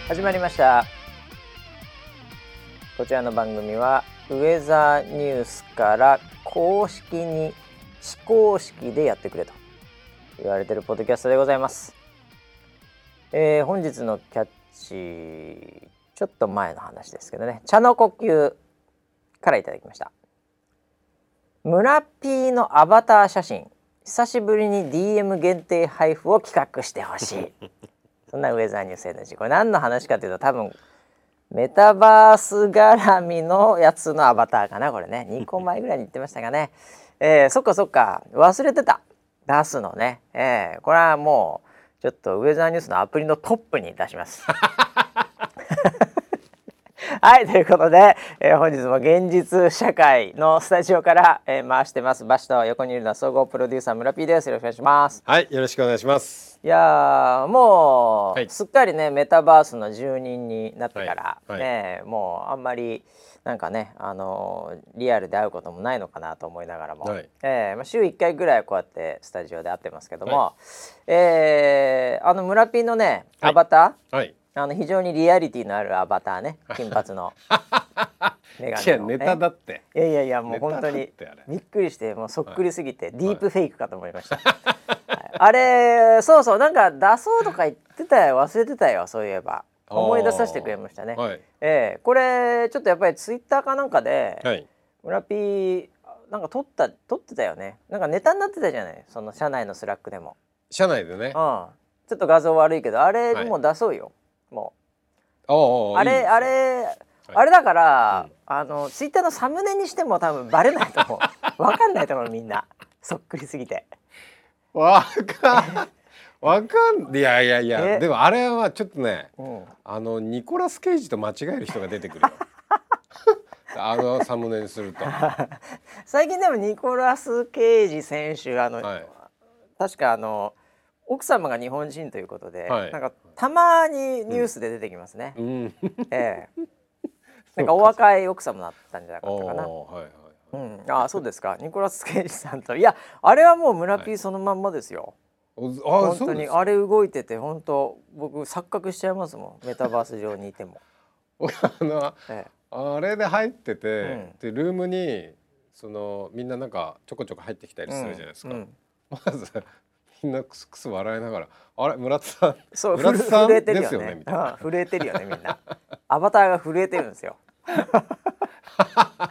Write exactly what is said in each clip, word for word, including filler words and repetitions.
始まりました。こちらの番組はウェザーニュースから公式に非公式でやってくれと言われているポッドキャストでございます。えー、本日のキャッチ、ちょっと前の話ですけどね、茶の呼吸からいただきました。村 P のアバター写真、久しぶりに ディーエム 限定配布を企画してほしいそんなウェザーニュース エヌジー。 これ何の話かというと、多分メタバース絡みのやつのアバターかな、これね。にこまえぐらいに言ってましたかね。えー、そっかそっか、忘れてた、出すのね。えー、これはもうちょっとウェザーニュースのアプリのトップに出しますはい、ということで、えー、本日も現実社会のスタジオから、えー、回してます。バシと横にいるのは総合プロデューサー村 P です。よろしくお願いします。 はい、よろしくお願いします。 いやもう、 はい、 すっかりねメタバースの住人になってから、 はいはい、 ねもうあんまりなんかね、あのー、リアルで会うこともないのかなと思いながらも、はい、えーまあ、週いっかいぐらいこうやってスタジオで会ってますけども、はい、えー、あの村 P のねアバター、はい、あの非常にリアリティのあるアバターね、金髪のメガネの、 いやネタだって、 いやいやいやもう本当にびっくりして、もうそっくりすぎて、はい、ディープフェイクかと思いました、はい、あれそうそう、なんか出そうとか言ってたよ、忘れてたよ、そういえば思い出させてくれましたね、はい、えー、これちょっとやっぱりツイッターかなんかで、はい、村 P なんか撮った撮ってたよね、なんかネタになってたじゃない、その社内のスラックでも、 社内でね、うん、 ちょっと画像悪いけどあれもう出そうよ、はい、もうあれいいあれ、はい、あれだから、うん、あのツイッターのサムネにしても多分バレないと思うわかんないと思う、みんなそっくりすぎてわかんわかんいやいやいや、でもあれはちょっとね、うん、あのニコラス・ケイジと間違える人が出てくるよあのサムネにすると最近でもニコラス・ケイジ選手、あの、はい、確かあの奥様が日本人ということで、はい、なんかたまにニュースで出てきますね、うん、ええなんかお若い奥様だったんじゃなかったかな。はいはいはい、うん、あ、そうですか。ニコラス・ケイジさんと、いやあれはもう村 P そのまんまですよ、はい、あ、本当にあれ動いてて、本当僕錯覚しちゃいますもん、メタバース上にいてもあの、ええ、あれで入ってて、うん、でルームにそのみんななんかちょこちょこ入ってきたりするじゃないですか、うんうん、まずみんなクスクス笑いながら、あれ村田さん、 そう村田さん震えてるよね、 ですよねみたいな、 震えてるよねみんなアバターが震えてるんですよはい、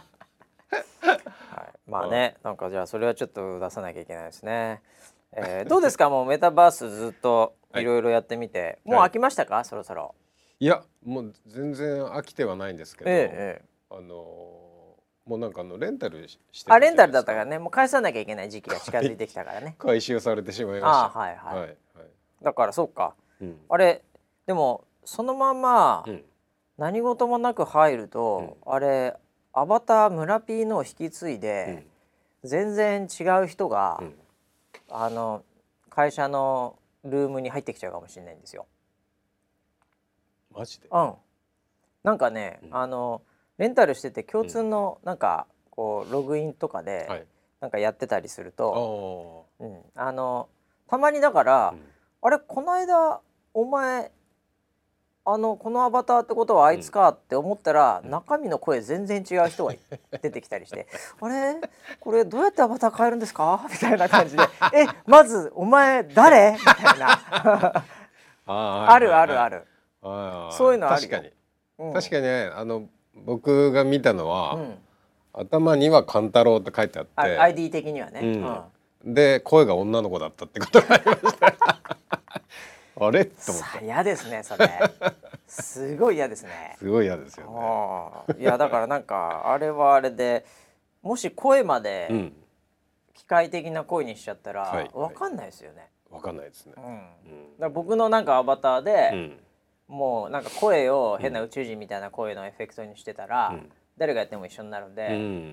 まあね、なんかじゃあそれはちょっと出さなきゃいけないですね、えー、どうですかもうメタバースずっといろいろやってみて、はい、もう飽きましたか、はい、そろそろ。 いやもう全然飽きてはないんですけど、ええ、あのー、もうなんかあのレンタルしてたじゃないですか。 あ、レンタルだったからね、もう返さなきゃいけない時期が近づいてきたからね回収されてしまいました。 あ、はいはい、はいはい、だからそうか、うん、あれでもそのまま何事もなく入ると、うん、あれアバター村 P のを引き継いで、うん、全然違う人が、うん、あの会社のルームに入ってきちゃうかもしれないんですよ。 マジで？ うん。なんかね、うん、あのレンタルしてて共通のなんかこうログインとかで、はい、なんかやってたりすると、うん、あのたまにだから、うん、あれこの間お前あのこのアバターってことはあいつかって思ったら、うん、中身の声全然違う人が出てきたりしてあれこれどうやってアバター変えるんですかみたいな感じでえまずお前誰みたいなあ, あるあるある、あそういうのあるよ。 確かに、うん、確かにね、あの僕が見たのは、うん、頭にはカンタロウって書いてあって、 アイディー 的にはね、 うんうん、で声が女の子だったってことがありましたあれと思った。 嫌ですねそれすごい嫌ですね。 すごい嫌ですよね。いやだからなんかあれはあれで、もし声まで機械的な声にしちゃったら、はい、分かんないですよね。 分かんないですね、うんうん、 だから僕のなんかアバターで、うん、もうなんか声を変な宇宙人みたいな声のエフェクトにしてたら、うん、誰がやっても一緒になるんで、うん、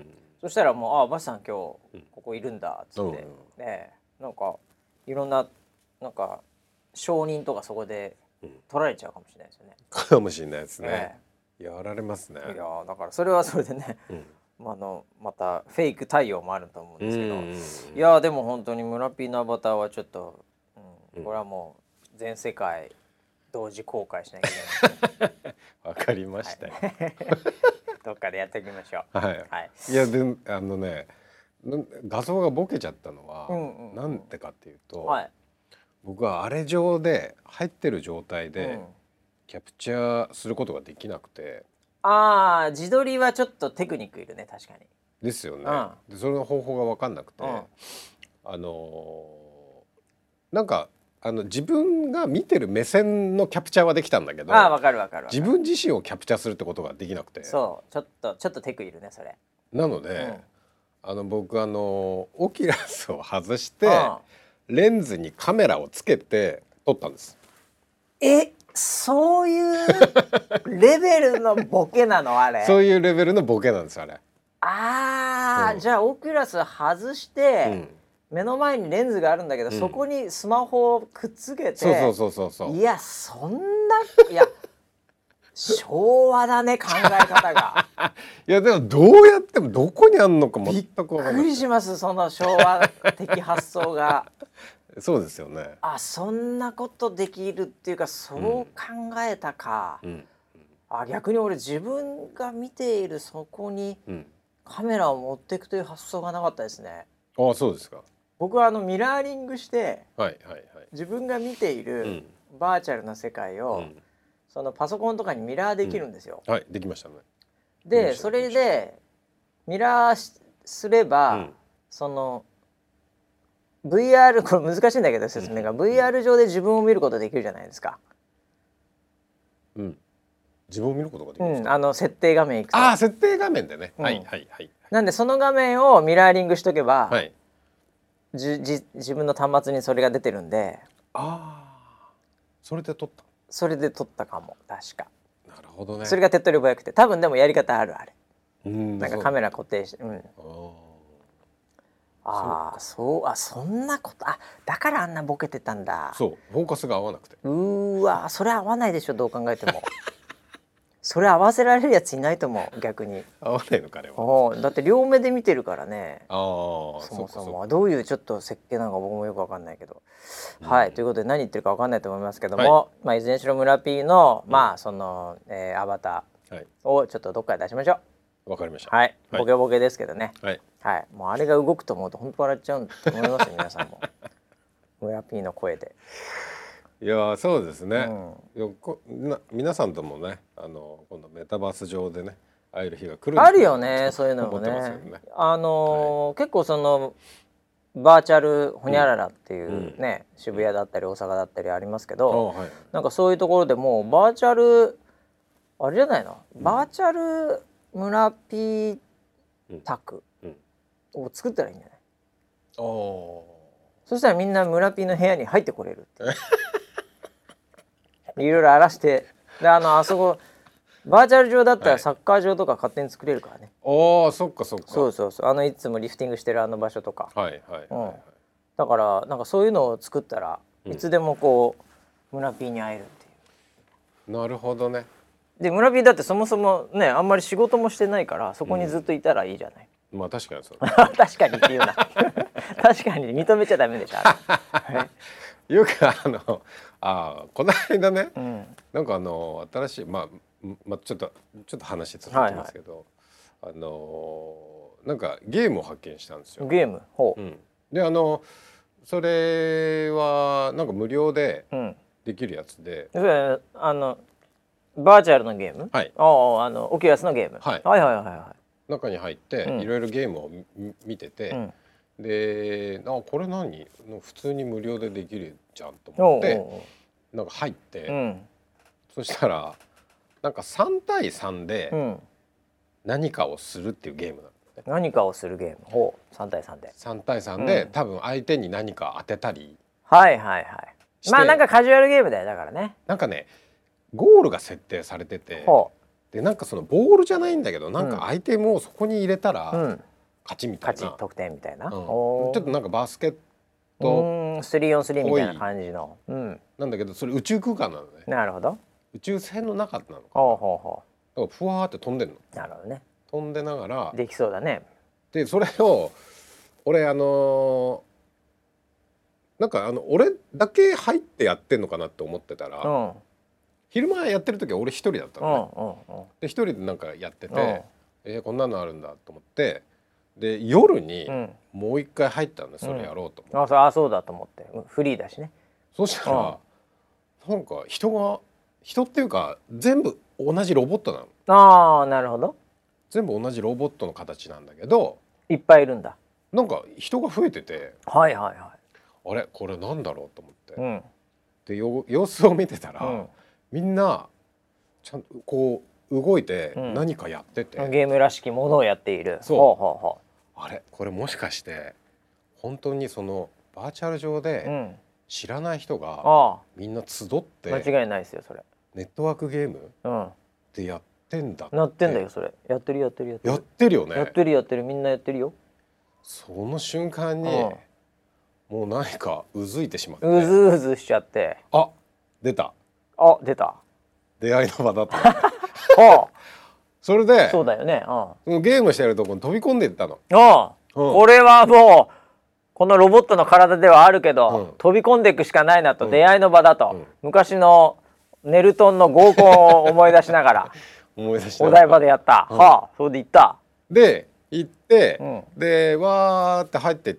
そしたらもうあバシさん今日ここいるんだっつって、うん、でなんかいろんななんか承認とかそこで取られちゃうかもしれないですよね。 かもしれないですね、えー、やられますね。 いやだからそれはそれでね、うん、あのまたフェイク対応もあると思うんですけど、うんうんうん、いやでも本当に村 P のアバターはちょっと、うん、これはもう全世界同時公開しなきゃいけないわかりましたよ、はい、 どっかでやっていきましょう。 はい、はい、いやであのね画像がボケちゃったのは、うんうん、なんでかっていうと、はい、僕はあれ上で入ってる状態でキャプチャーすることができなくて、 うん、ああ自撮りはちょっとテクニックいるね確かに。 ですよね、うん、でそれの方法が分かんなくて、うん、あのー、なんかあの自分が見てる目線のキャプチャーはできたんだけど、 ああ分かる分かる分かる、 自分自身をキャプチャーするってことができなくて、 そうちょっとちょっとテクいるねそれ。 なので、うん、あの僕あのオキュラスを外してレンズにカメラをつけて撮ったんです。 え、そういうレベルのボケなのあれ。 そういうレベルのボケなんですあれ。 ああ、うん、じゃあオキュラス外して、うん、目の前にレンズがあるんだけど、うん、そこにスマホをくっつけて、 そうそうそうそうそう。 いやそんないや昭和だね考え方が。 いやでもどうやってもどこにあんのか全く分からない。 びっくりしますその昭和的発想が。 そうですよね。 あ、そんなことできるっていうかそう考えたか、うんうん、あ逆に俺自分が見ているそこにカメラを持っていくという発想がなかったですね。 あ、そうですか。 僕はあのミラーリングして、 はいはいはい、 自分が見ているバーチャルな世界を、うん、そのパソコンとかにミラーできるんですよ、 うん、はいできましたね。 でそれでミラーすれば、うん、そのブイアール これ難しいんだけど説明が、うん、ブイアール 上で自分を見ることできるじゃないですか。 うん、自分を見ることができるんですか、 うん、あの設定画面いくと、 ああ設定画面でね、うん、はいはいはい。 なんでその画面をミラーリングしとけば、 はい、 じじ自分の端末にそれが出てるんで、 ああそれで撮った。 それで撮ったかも確か。 なるほどね。 それが手っ取り早くて多分でもやり方あるあれ。 うん、 なんかカメラ固定して、うん。ああそうあそんなことあだからあんなボケてたんだ。 そうフォーカスが合わなくて。 うーわそれ合わないでしょどう考えても。それ合わせられるやついないと思う逆に。 合わないのかあれは。 だって両目で見てるからね。 ああそもそもどういうちょっと設計なのか僕もよくわかんないけど、うん、はいということで何言ってるかわかんないと思いますけども、はい、まあいずれにしろ村 P の、うん、まあその、えー、アバターをちょっとどっかで出しましょう。 わかりました。 はい、ボケボケですけどね。 はい。 はい、もうあれが動くと思うと本当笑っちゃうんと思いますよ皆さんも。村 P の声で。 いやそうですね。うん、よこな皆さんともねあの今度メタバース上でね会える日が来る。 あるよねそういうのもね。ねあのーはい、結構そのバーチャルホニャララっていうね、うん、渋谷だったり大阪だったりありますけど、うんはい、なんかそういうところでもうバーチャルあれじゃないの、うん、バーチャル村 P 宅を作ったらいいんじゃない、 うん、おそしたらみんな村 P の部屋に入ってこれるっていろいろ荒らしてであのあそこバーチャル上だったらサッカー場とか勝手に作れるからね。 ああそっかそっか。 そうそうそうあのいつもリフティングしてるあの場所とか。 はいはい、うん、 だからなんかそういうのを作ったらいつでもこう、うん、村 P に会えるっていう。 なるほどね。 で村 P だってそもそもねあんまり仕事もしてないからそこにずっといたらいいじゃない。 うん、まあ確かにそう。 確かにっていうな。確かに認めちゃダメでしょ。 よくあのあこの間ね、うん、なんかあの新しいまあまあ、ちょっとちょっと話続きますけど、はいはい、あのなんかゲームを発見したんですよ。 ゲームほう、うん、 であのそれはなんか無料でできるやつで、 うん、あのバーチャルのゲーム、 はい、 ああのオキュラスのゲーム、 はい、 はいはいはいはい中に入っていろいろゲームを見てて、うん、であこれ何普通に無料でできるじゃんと思っておうおうおうなんか入って、うん、そしたらなんかさんたいさんで何かをするっていうゲームなんですね。 何かをするゲーム。ほうさんたいさんで。 さんたいさんで、うん、多分相手に何か当てたり。 はいはいはい。まあなんかカジュアルゲームだよだからね。 なんかねゴールが設定されてて、ほうでなんかそのボールじゃないんだけどなんかアイテムをそこに入れたら勝ちみたいな。 勝ち得点みたいな。うん、ちょっとなんかバスケットスリーオンスリーみたいな感じの。うん、 なんだけどそれ宇宙空間なのね。 なるほど。 宇宙船の中なのかな。 ほうほうほう。だからふわーって飛んでんの。 なるほどね。 飛んでながらできそうだね。 でそれを俺あのー、なんかあの俺だけ入ってやってんのかなって思ってたら、うん、 昼間やってる時は俺一人だったのね、 うんうんうん、 で一人でなんかやってて、うん、えー、こんなのあるんだと思って、で夜にもう一回入ったんで、それやろうと思って、 うん、あ, そうあそうだと思ってフリーだしね。 そしたら、うん、なんか人が人っていうか全部同じロボットなの。 ああなるほど。全部同じロボットの形なんだけどいっぱいいるんだ。 なんか人が増えてて、 はいはいはい、 あれこれなんだろうと思って、うん、でよ様子を見てたら、うん、みんなちゃんとこう動いて何かやってて、 うん、ゲームらしきものをやっている。 そうほうほうほう、あれこれもしかして本当にそのバーチャル上で知らない人がみんな集って、 うん、間違いないですよそれ。 ネットワークゲーム、うん、でやってんだって。 なってんだよそれ。やってるやってるやってるやってるよね。 やってるやってるみんなやってるよ。 その瞬間に、うん、もう何かうずいてしまって、 うずうずしちゃって、 あ出たあ出た出会いの場だったあそれでそうだよね、 うん、ゲームしてるとこに飛び込んでいったの。 あ、うん、これはもうこのロボットの体ではあるけど、うん、飛び込んでいくしかないなと、うん、出会いの場だと、うん、昔のネルトンの合コンを思い出しながら思い出しながらお台場でやった、うん、はあそれで行ったで行って、うん、でわーって入ってって、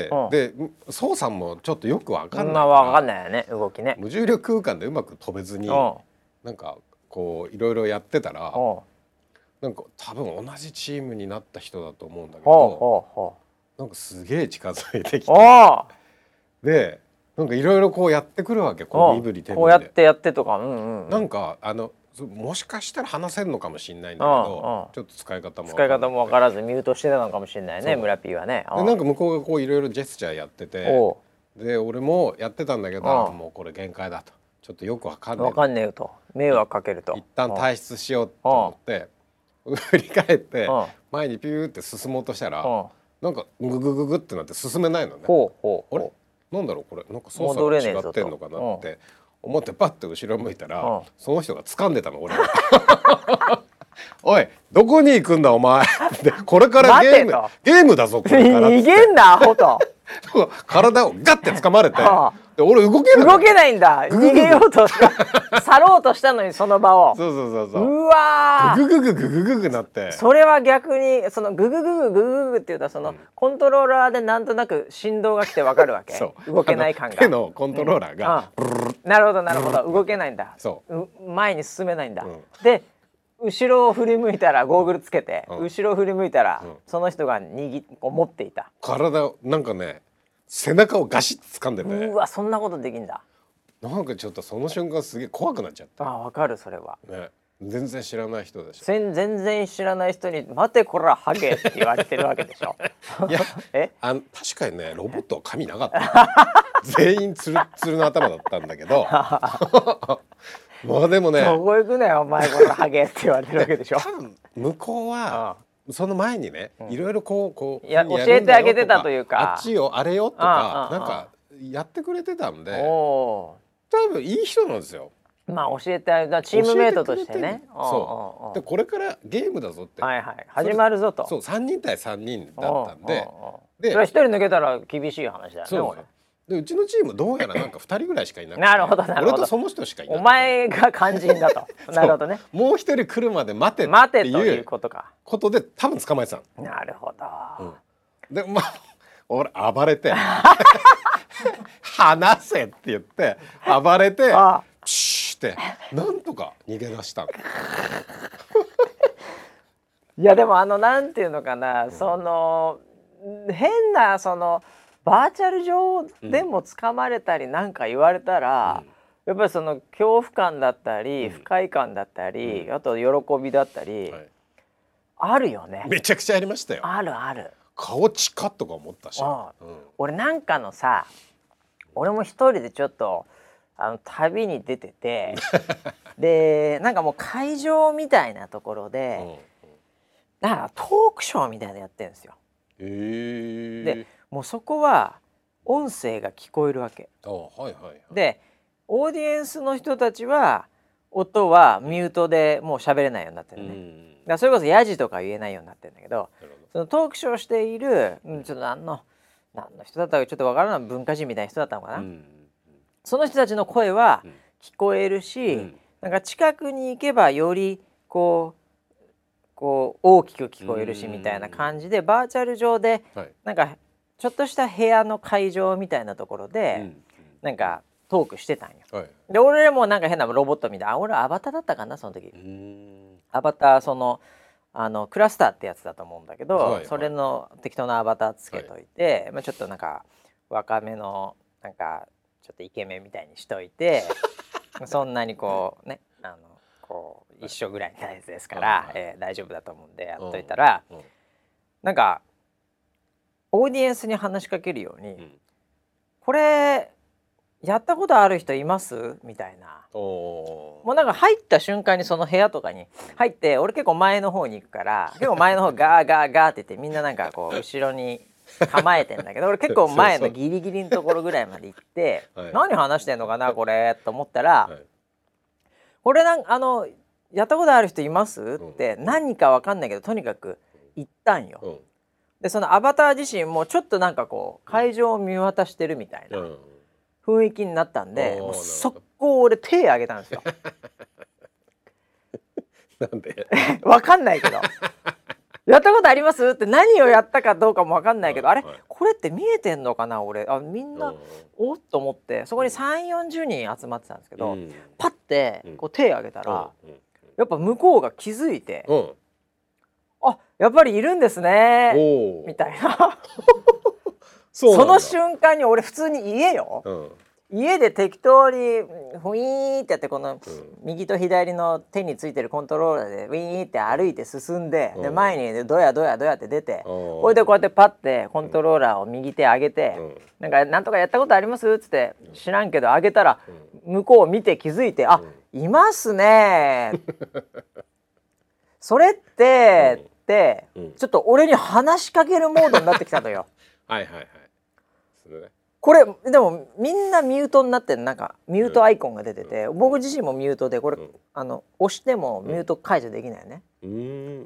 うん、で操作もちょっとよく分かんないから、 まあ分かんないよね動きね。 無重力空間でうまく飛べずに、うん、なんかこういろいろやってたら、うん、なんか多分同じチームになった人だと思うんだけど、ほうほうなんかすげえ近づいてきて、でなんかいろいろこうやってくるわけ、こう身振り手振りでこうやってやってとか、うんうんうん、 なんかあのもしかしたら話せるのかもしれないんだけど、ちょっと使い方も使い方も分からずミュートしてたのかもしれないね、村 P はね。 でなんか向こうがこういろいろジェスチャーやってて、で俺もやってたんだけど、もうこれ限界だと、ちょっとよく分かんない分かんねえよと、迷惑かけると、 一旦退出しようと思って振り返って前にピューって進もうとしたら、なんかググググってなって進めないのね。 ほうほう、 あれなんだろうこれ、なんか操作が違ってんのかなって思ってパッて後ろ向いたら、うん、その人が掴んでたの俺おいどこに行くんだお前でこれからゲームゲームだぞこれから逃げんなアホと体をガッて掴まれてで俺動けない動けないんだ逃げようとした去ろうとしたのにその場をそうそうそうそううわグググググググなってそれは逆にそのグググググググっていうとその、うん、コントローラーでなんとなく振動が来てわかるわけ動けない感が手のコントローラーが、 うんうん、なるほどなるほど動けないんだそう前に進めないんだ、うん、で後ろを振り向いたらゴーグルつけて、うん、後ろを振り向いたら、うん、その人が握こう持っていた体なんかね背中をガシッと掴んでてうわそんなことできんだなんかちょっとその瞬間すげえ怖くなっちゃったあわかるそれは、 ね、全然知らない人でしょ全然知らない人に待てこらハゲって言われてるわけでしょいやえあの確かにねロボットは髪なかった全員ツルツルの頭だったんだけどまあでもねどこ行くねお前こらハゲって言われてるわけでしょ多分向こうはああその前にね、いろいろこうこういや教えてあげてたというかあっちよあれよとかなんかやってくれてたんで多分いい人なんですよ。 まあ教えてあげたチームメイトとしてね。 そうでこれからゲームだぞってはいはい始まるぞとそうさんにん対さんにんだったんででそれひとり抜けたら厳しい話だよね。 でうちのチームどうやらなんかふたりぐらいしかいなくてなるほどなるほど俺とその人しかいないお前が肝心だとなるほどねもう一人来るまで待て待てということかことで多分捕まえてたのなるほど、 うん、でまあ俺暴れて離せって言って暴れてああシーってなんとか逃げ出したのいやでもあのなんていうのかな、うん、その変なそのバーチャル上でも掴まれたりなんか言われたら、うん、やっぱりその恐怖感だったり、うん、不快感だったり、うん、あと喜びだったり、はい、あるよね。 めちゃくちゃありましたよ。 あるある。 顔近っとか思ったし、うん、 俺なんかのさ俺も一人でちょっとあの旅に出ててでなんかもう会場みたいなところで、うん、だからトークショーみたいなのやってるんですよ。 へーでもうそこは音声が聞こえるわけ、 はいはいはい、 でオーディエンスの人たちは音はミュートでもう喋れないようになってるね、うん、だからそれこそヤジとか言えないようになってるんだけど、そのトークショーしている、うん、ちょっと何の何の人だったかちょっとわからない文化人みたいな人だったのかな、うん、その人たちの声は聞こえるし、 うん、 なんか近くに行けばよりこうこう大きく聞こえるしみたいな感じでバーチャル上で、はい、なんかちょっとした部屋の会場みたいなところで、うん、なんかトークしてたんよ。はい、で俺もなんか変なロボットみたいな、あ俺アバターだったかなその時。アバターそのあのクラスターってやつだと思うんだけど、はいはい、それの適当なアバターつけといて、はい、まあ、ちょっとなんか若めのなんかちょっとイケメンみたいにしといてそんなにこうねあのこう一緒ぐらいのやつですから、はい、えー、大丈夫だと思うんでやっといたら、うんうん、なんかオーディエンスに話しかけるように、うん、これやったことある人いますみたいな。もうなんか入った瞬間にその部屋とかに入って俺結構前の方に行くから結構前の方ガーガーガーって言ってみんななんかこう後ろに構えてんだけど俺結構前のギリギリのところぐらいまで行ってはい、何話してんのかなこれと思ったら、はい、これなんあのやったことある人いますって何か分かんないけどとにかく言ったんよ。うん、でそのアバター自身もちょっとなんかこう会場を見渡してるみたいな雰囲気になったんで、もう速攻俺手挙げたんですよ。 なんで分かんないけどやったことありますって何をやったかどうかも分かんないけど、あれこれって見えてんのかな俺あみんなおっと思ってそこにさんじゅうよんじゅうにん集まってたんですけど、うん、パッてこう手挙げたら、うん、やっぱ向こうが気づいて、うん、あやっぱりいるんですねみたいなそ, その瞬間に俺普通に家よ、うん、家で適当にウィーンってやってこの右と左の手についてるコントローラーでウィーンって歩いて進んで、うん、で前にドヤドヤドヤって出て、これでこうやってパッてコントローラーを右手上げて、うん、なんかなんとかやったことありますっつって知らんけど上げたら向こう見て気づいて、あいますねそれって、うん、ってちょっと俺に話しかけるモードになってきたのよ。 はいはいはい。それね。 これでもみんなミュートになってる、なんかミュートアイコンが出てて、うん、僕自身もミュートでこれ、うん、あの押してもミュート解除できないよね。 うん、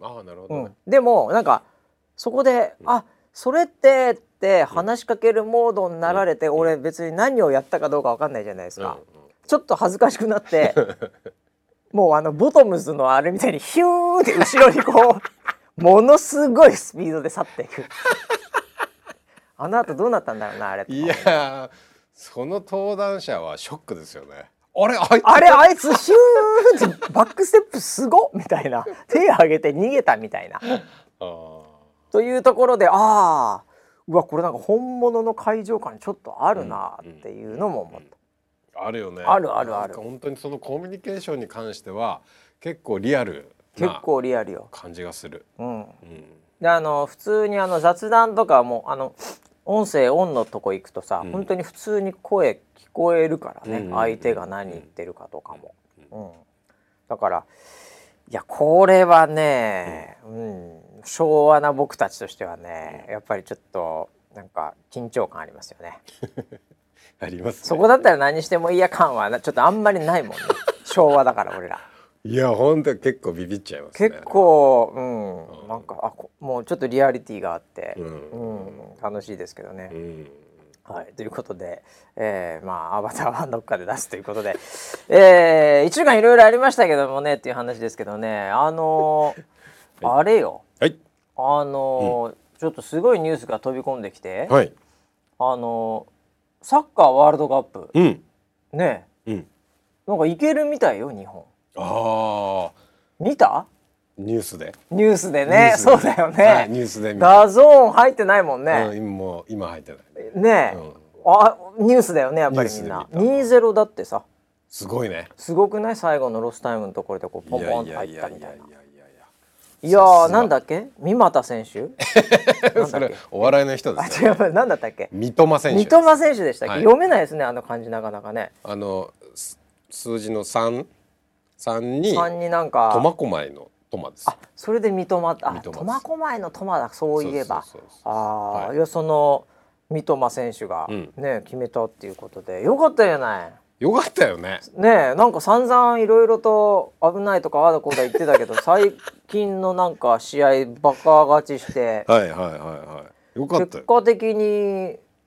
ああなるほど、ね、 うん、でもなんかそこで、うん、あそれってって話しかけるモードになられて、うん、俺別に何をやったかどうか分かんないじゃないですか。うんうん、ちょっと恥ずかしくなってもうあのボトムズのあれみたいにヒューって後ろにこうものすごいスピードで去っていくあの後どうなったんだろうなあれ。 いやその登壇者はショックですよね。あれあいつあれあいつヒューってバックステップすごっみたいな手挙げて逃げたみたいなあというところで、ああうわこれなんか本物の会場感ちょっとあるなっていうのも思った、うんうんうん、あるよね。 あるあるある。 本当にそのコミュニケーションに関しては結構リアル結構リアルよ感じがする。 うん、うん、であの普通にあの雑談とかもあの音声オンのとこ行くとさ、うん、本当に普通に声聞こえるからね、うん、相手が何言ってるかとかも、うん、だからいやこれはね、うんうん、昭和な僕たちとしてはねやっぱりちょっとなんか緊張感ありますよねありますね。 そこだったら何してもいいや感はちょっとあんまりないもんね昭和だから俺ら。 いや本当結構ビビっちゃいますね。 結構、うん、なんかあもうちょっとリアリティがあって、うんうん、楽しいですけどね。うん、はい、ということで、えー、まあアバターはどっかで出すということで、えー、いっしゅうかんいろいろありましたけどもねっていう話ですけどね、あのーはい、あれよ、はい、あのーうん、ちょっとすごいニュースが飛び込んできて、はい、あのー、サッカーワールドカップ、うん、ね、うん、なんかいけるみたいよ日本。あ見たニュースでニュースでね、そうだよね、 はい、ニュースで見た。ダゾーン入ってないもんね、 うん、今もう今入ってないねえ、うん、あニュースだよねやっぱりみんな。 にた にたいゼロ だってさすごいね。 すごくない？最後のロスタイムのところでこうポンポンと入ったみたいな。いやーなんだっけ三股選手それお笑いの人ですね。あ違うなんだったっけ三笘選手。 三笘選手でしたっけ、はい、読めないですねあの漢字なかなかね。 あの数字のさんさんにさんになんか苫小牧の苫です。 あそれで三笘、あ苫小牧の苫だそういえば。ああ、はい、いやその三笘選手がね、うん、決めたっていうことでよかったじゃない。 よかったよね。 ねえなんか散々いろいろと危ないとかああだこうだ言ってたけど最近のなんか試合バカ勝ちしてはいはいはいはいよかったよ。 結果的に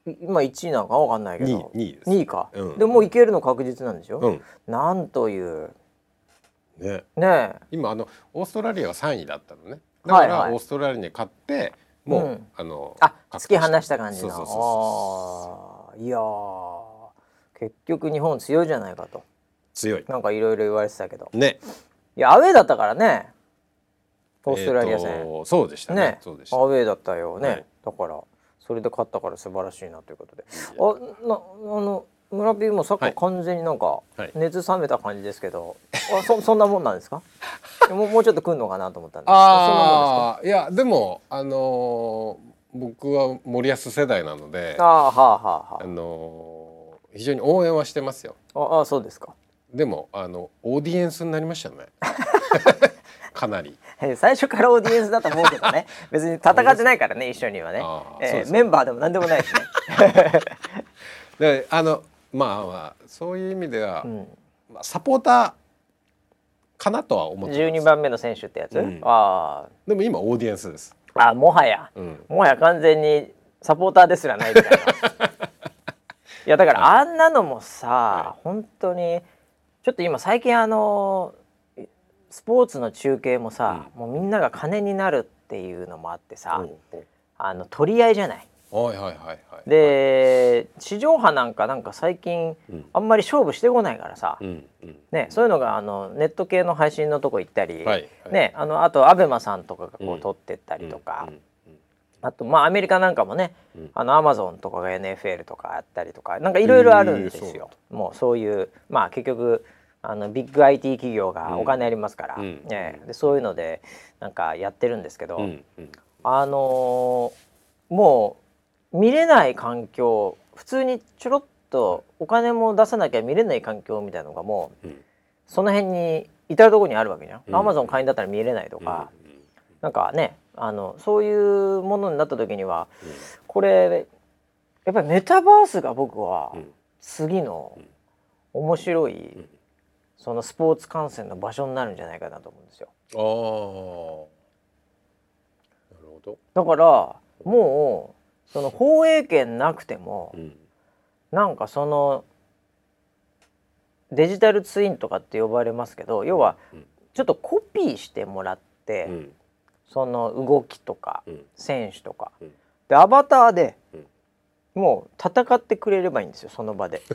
今いちいなのか分かんないけどにいです。 にいか、 うん、 でもういけるの確実なんでしょ、 うん、 なんというねねえ今あのオーストラリアはさんいだったのね。だから、はいはい、オーストラリアに勝ってもう、うん、あのあ突き放した感じの。 そうそうそうそう。 あいやー結局日本強いじゃないかと。 強いなんかいろいろ言われてたけどね。 いやアウェーだったからねオーストラリア戦、 えー、そうでした ね, ねそうでしたアウェーだったよね、はい、だからそれで勝ったから素晴らしいなということで、あなあの村ピーもサッカー完全になんか熱冷めた感じですけど、はい、あ そ, そんなもんなんですかもうもうちょっと来るのかなと思ったんですけどああいやでもあのー、僕は森保世代なのであ、はあはあはあ、 あのー、非常に応援はしてますよ。 ああそうですか。 でもあのオーディエンスになりましたねかなり最初からオーディエンスだと思うけどね別に戦ってないからね一緒にはね、えー、メンバーでも何でもないしねであのまあまあそういう意味では、うんまあ、サポーターかなとは思ってます。 じゅうにばんめの選手ってやつ、うん、あでも今オーディエンスです。 あもはや、うん、もはや完全にサポーターですらないみたいないやだからあんなのもさ、はい、本当にちょっと今最近あのスポーツの中継もさ、うん、もうみんなが金になるっていうのもあってさ、うん、あの取り合いじゃない。 はいはいはいはい、 で地上波なんかなんか最近、うん、あんまり勝負してこないからさ、うんうんね、そういうのがあのネット系の配信のとこ行ったり、はいはいね、あのあとアベマさんとかがこう撮ってったりとか、うんうんうん、あとまあアメリカなんかもね、うん、あのアマゾンとかが エヌエフエル とかやったりとかなんかいろいろあるんですよ。えー、もうそういうまあ結局あのビッグ アイティー 企業がお金ありますから、うんね、でそういうのでなんかやってるんですけど、うんうん、あのー、もう見れない環境普通にちょろっとお金も出さなきゃ見れない環境みたいなのがもう、うん、その辺に至るところにあるわけじゃん。アマゾン会員だったら見れないとか、うん、なんかねあのそういうものになった時には、うん、これやっぱりメタバースが僕は次の面白い、うん、そのスポーツ観戦の場所になるんじゃないかなと思うんですよ。 ああ、なるほど。 だからもうその放映権なくても、うん、なんかそのデジタルツインとかって呼ばれますけど、要はちょっとコピーしてもらって、うん、その動きとか、うん、選手とか、うん、でアバターで、うん、もう戦ってくれればいいんですよその場で。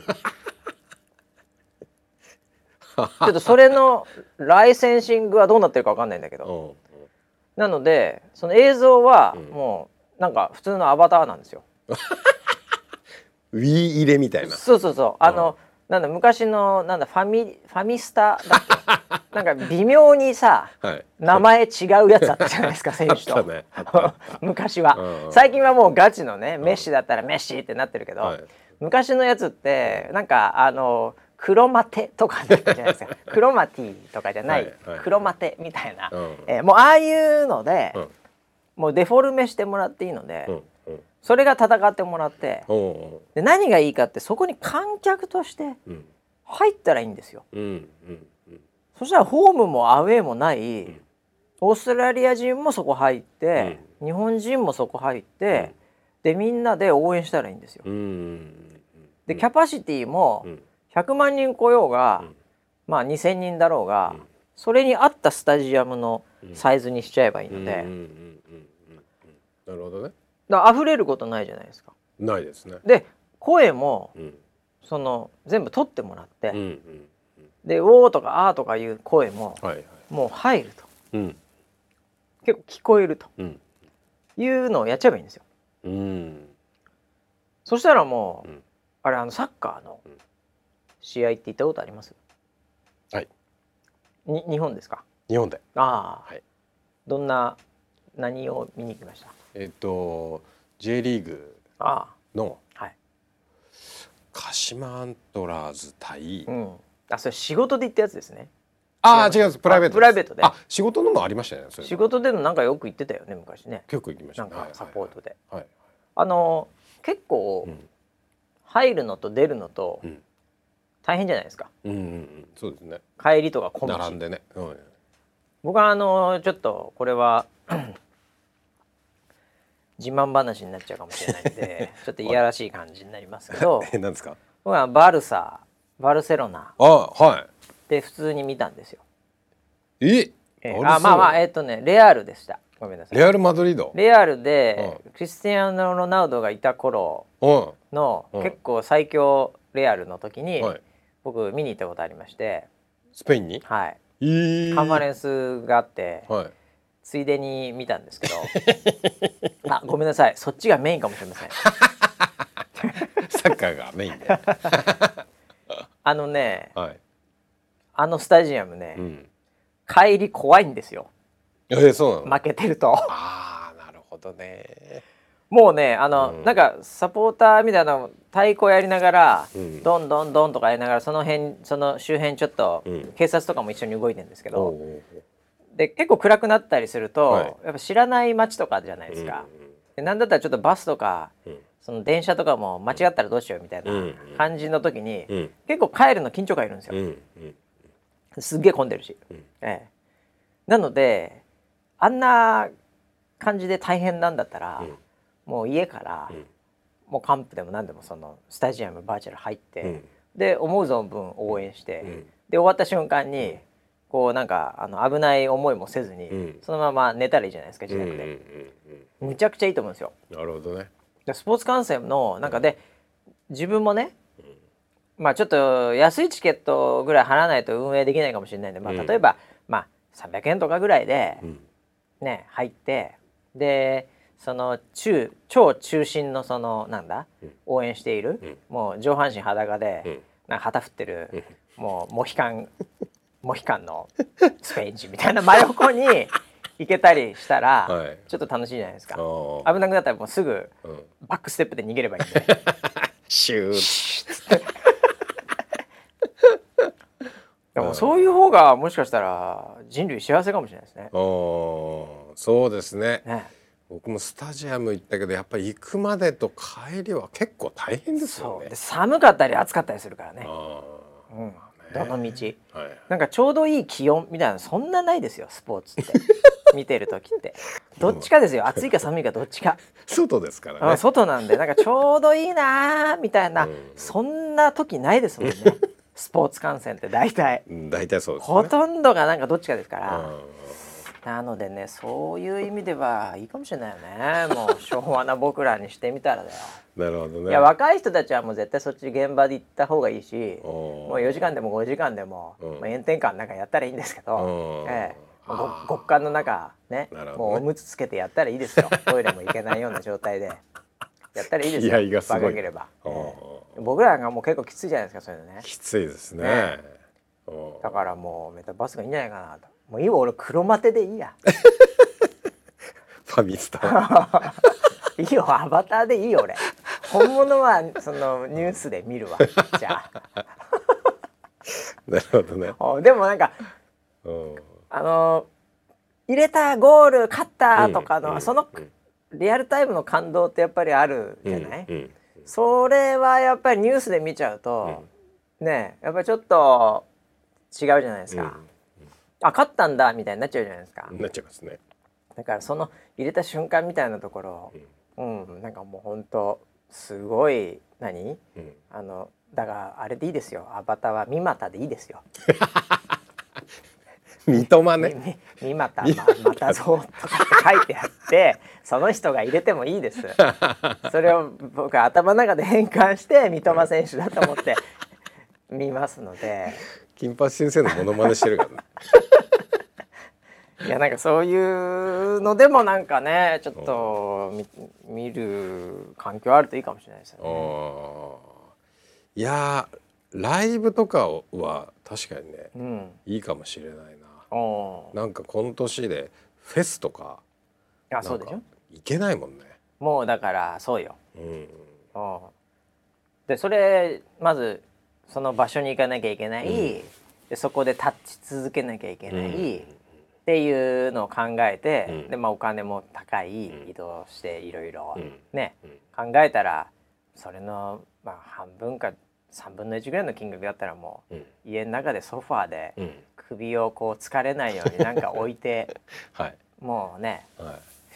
ちょっとそれのライセンシングはどうなってるか分かんないんだけど、なのでその映像はもうなんか普通のアバターなんですよ。 ウィー入れみたいな。 そうそうそう。あのなんだ昔のなんだファミファミスタだっけなんか微妙にさ、はい、名前違うやつあったじゃないですか選手と。ね、昔は、うん、最近はもうガチのねメッシだったらメッシってなってるけど、はい、昔のやつってなんかあの黒マテとかだったじゃないですか。クロマティとかじゃない、はいはい、黒マテみたいな、うんえー、もうああいうので、うん、もうデフォルメしてもらっていいので、うんうん、それが戦ってもらって、うん、で何がいいかってそこに観客として入ったらいいんですよ。うんうんうん、そしたらホームもアウェーもない、うん、オーストラリア人もそこ入って、うん、日本人もそこ入って、うん、でみんなで応援したらいいんですよ。うんうん、でキャパシティも、うんひゃくまんにん来ようが、うん、まあにせんにんだろうが、うん、それに合ったスタジアムのサイズにしちゃえばいいので、 なるほどね。 だから溢れることないじゃないですか。 ないですね。 で声も、うん、その全部取ってもらって、うんうんうん、で「おー」とか「あー」とかいう声も、はいはい、もう入ると、うん、結構聞こえると、うん、いうのをやっちゃえばいいんですよ。うん、そしたらもう、うん、あれあのサッカーの、うん試合って行ったことあります？ はい。 に日本ですか？ 日本で。 ああ、はい。どんな何を見に行きました？ えっと J リーグのはい、鹿島アントラーズ対、 うん、あそれ仕事で行ったやつですね。 ああ違うんですプライベートです。 プライベートで。 あ仕事のもありましたね。それ仕事でのなんかよく行ってたよね昔ね。 結構行きました。 なんかサポートで。 はいはいはい、 あの結構、うん、入るのと出るのと、うん大変じゃないですか。 うんうんうん、そうですね。 帰りとか混むし。 並んでね。うん、 僕はあのちょっとこれは自慢話になっちゃうかもしれないんでちょっといやらしい感じになりますけどえ、なんですか？ 僕はバルサバルセロナあ、はいで普通に見たんですよ。 ええー、あまあまあえっ、ー、とねレアルでした。ごめんなさい。 レアルマドリード。 レアルで、うん、クリスティアーノ・ロナウドがいた頃の、うん、結構最強レアルの時に、はい、僕見に行ったことありまして、 スペインに、 はい、 えー、 カンファレンスがあって、はい、ついでに見たんですけどあごめんなさい、そっちがメインかもしれませんサッカーがメインであのね、 はい、 あのスタジアムね、うん、帰り怖いんですよ。 えー、そうなの？ 負けてるとあー、なるほどね。 もうねあの、うん、なんかサポーターみたいな太鼓やりながら、うん、どんどんどんとかやりながらその辺その周辺ちょっと、うん、警察とかも一緒に動いてるんですけど、で結構暗くなったりすると、はい、やっぱ知らない街とかじゃないですか、うん、でなんだったらちょっとバスとか、うん、その電車とかも間違ったらどうしようみたいな感じの時に、うん、結構帰るの緊張感いるんですよ、うんうん、すっげえ混んでるし、うんええ、なのであんな感じで大変なんだったら、うん、もう家から、うん、もうキャンプでも何でもそのスタジアムバーチャル入って、うん、で思う存分応援して、うん、で終わった瞬間に、うん、こうなんかあの危ない思いもせずに、うん、そのまま寝たらいいじゃないですか自宅で、うんうんうん、むちゃくちゃいいと思うんですよ。 なるほどね。 スポーツ観戦の中で、うん、自分もね、うん、まあちょっと安いチケットぐらい払わないと運営できないかもしれないんで、まあ、例えば、うん、まあさんびゃくえんとかぐらいで、うん、ね入ってでその中超中心のそのなんだ、うん、応援している、うん、もう上半身裸で、うん、なんか旗振ってる、うん、もうモヒカンモヒカンのスペイン人みたいな真横に行けたりしたら、はい、ちょっと楽しいじゃないですか。危なくなったらもうすぐバックステップで逃げればいいんでシューッでもそういう方がもしかしたら人類幸せかもしれないですね。 そうですね。ね、僕もスタジアム行ったけどやっぱり行くまでと帰りは結構大変ですよね。 そうで寒かったり暑かったりするからね。うん、どの道、はい、なんかちょうどいい気温みたいなそんなないですよスポーツって見てる時ってどっちかですよ、暑いか寒いかどっちか外ですからね。 外なんでなんかちょうどいいなみたいな、うん、そんな時ないですもんねスポーツ観戦って大体大体そうですね。 ほとんどがなんかどっちかですから、なのでねそういう意味ではいいかもしれないよねもう昭和な僕らにしてみたらだよなるほどね。 いや若い人たちはもう絶対そっち現場で行った方がいいしもうよじかんでもごじかんでも、うんまあ、炎天下の中やったらいいんですけど、ええ、極寒の中ねもうおむつつけてやったらいいですよトイレも行けないような状態でやったらいいですよ。いやバカければ、えー、僕らがもう結構きついじゃないですかそういうのね。 きついですね。ねだからもうメタバースがいいんじゃないかなと。もういいよ俺黒マテでいいやファミスタいいよアバターでいいよ俺本物はそのニュースで見るわじゃあなるほどね。 でもなんかあの入れたゴール勝ったとかの、うん、その、うんリアルタイムの感動ってやっぱりあるじゃない、うんうん、それはやっぱりニュースで見ちゃうと、うん、ねやっぱりちょっと違うじゃないですか、うんうん、あ勝ったんだみたいになっちゃうじゃないですか。 なっちゃいますね。 だからその入れた瞬間みたいなところ、うん、うん、なんかもうほんとすごい何、うん、あのだからあれでいいですよアバターは三股でいいですよ三笘ね三股 ま, またぞとかって書いてあってその人が入れてもいいですそれを僕は頭の中で変換して三笘選手だと思って見ますので金八先生のモノマネしてるからねいやなんかそういうのでもなんかねちょっと 見, 見る環境あるといいかもしれないですよね。 いやライブとかは確かにね、うん、いいかもしれないな。なんかこの年でフェスとかあそうでしょ行けないもんね。 もうだからそうよ、うんうん、でそれまずその場所に行かなきゃいけない、うん、でそこで立ち続けなきゃいけない、うん、っていうのを考えて、うん、でまあお金も高い、移動していろいろね、うん、考えたらそれの、まあ、半分かさんぶんのいちぐらいの金額だったらもう、うん、家の中でソファーで首をこう疲れないようになんか置いて、はい、もうね、はい、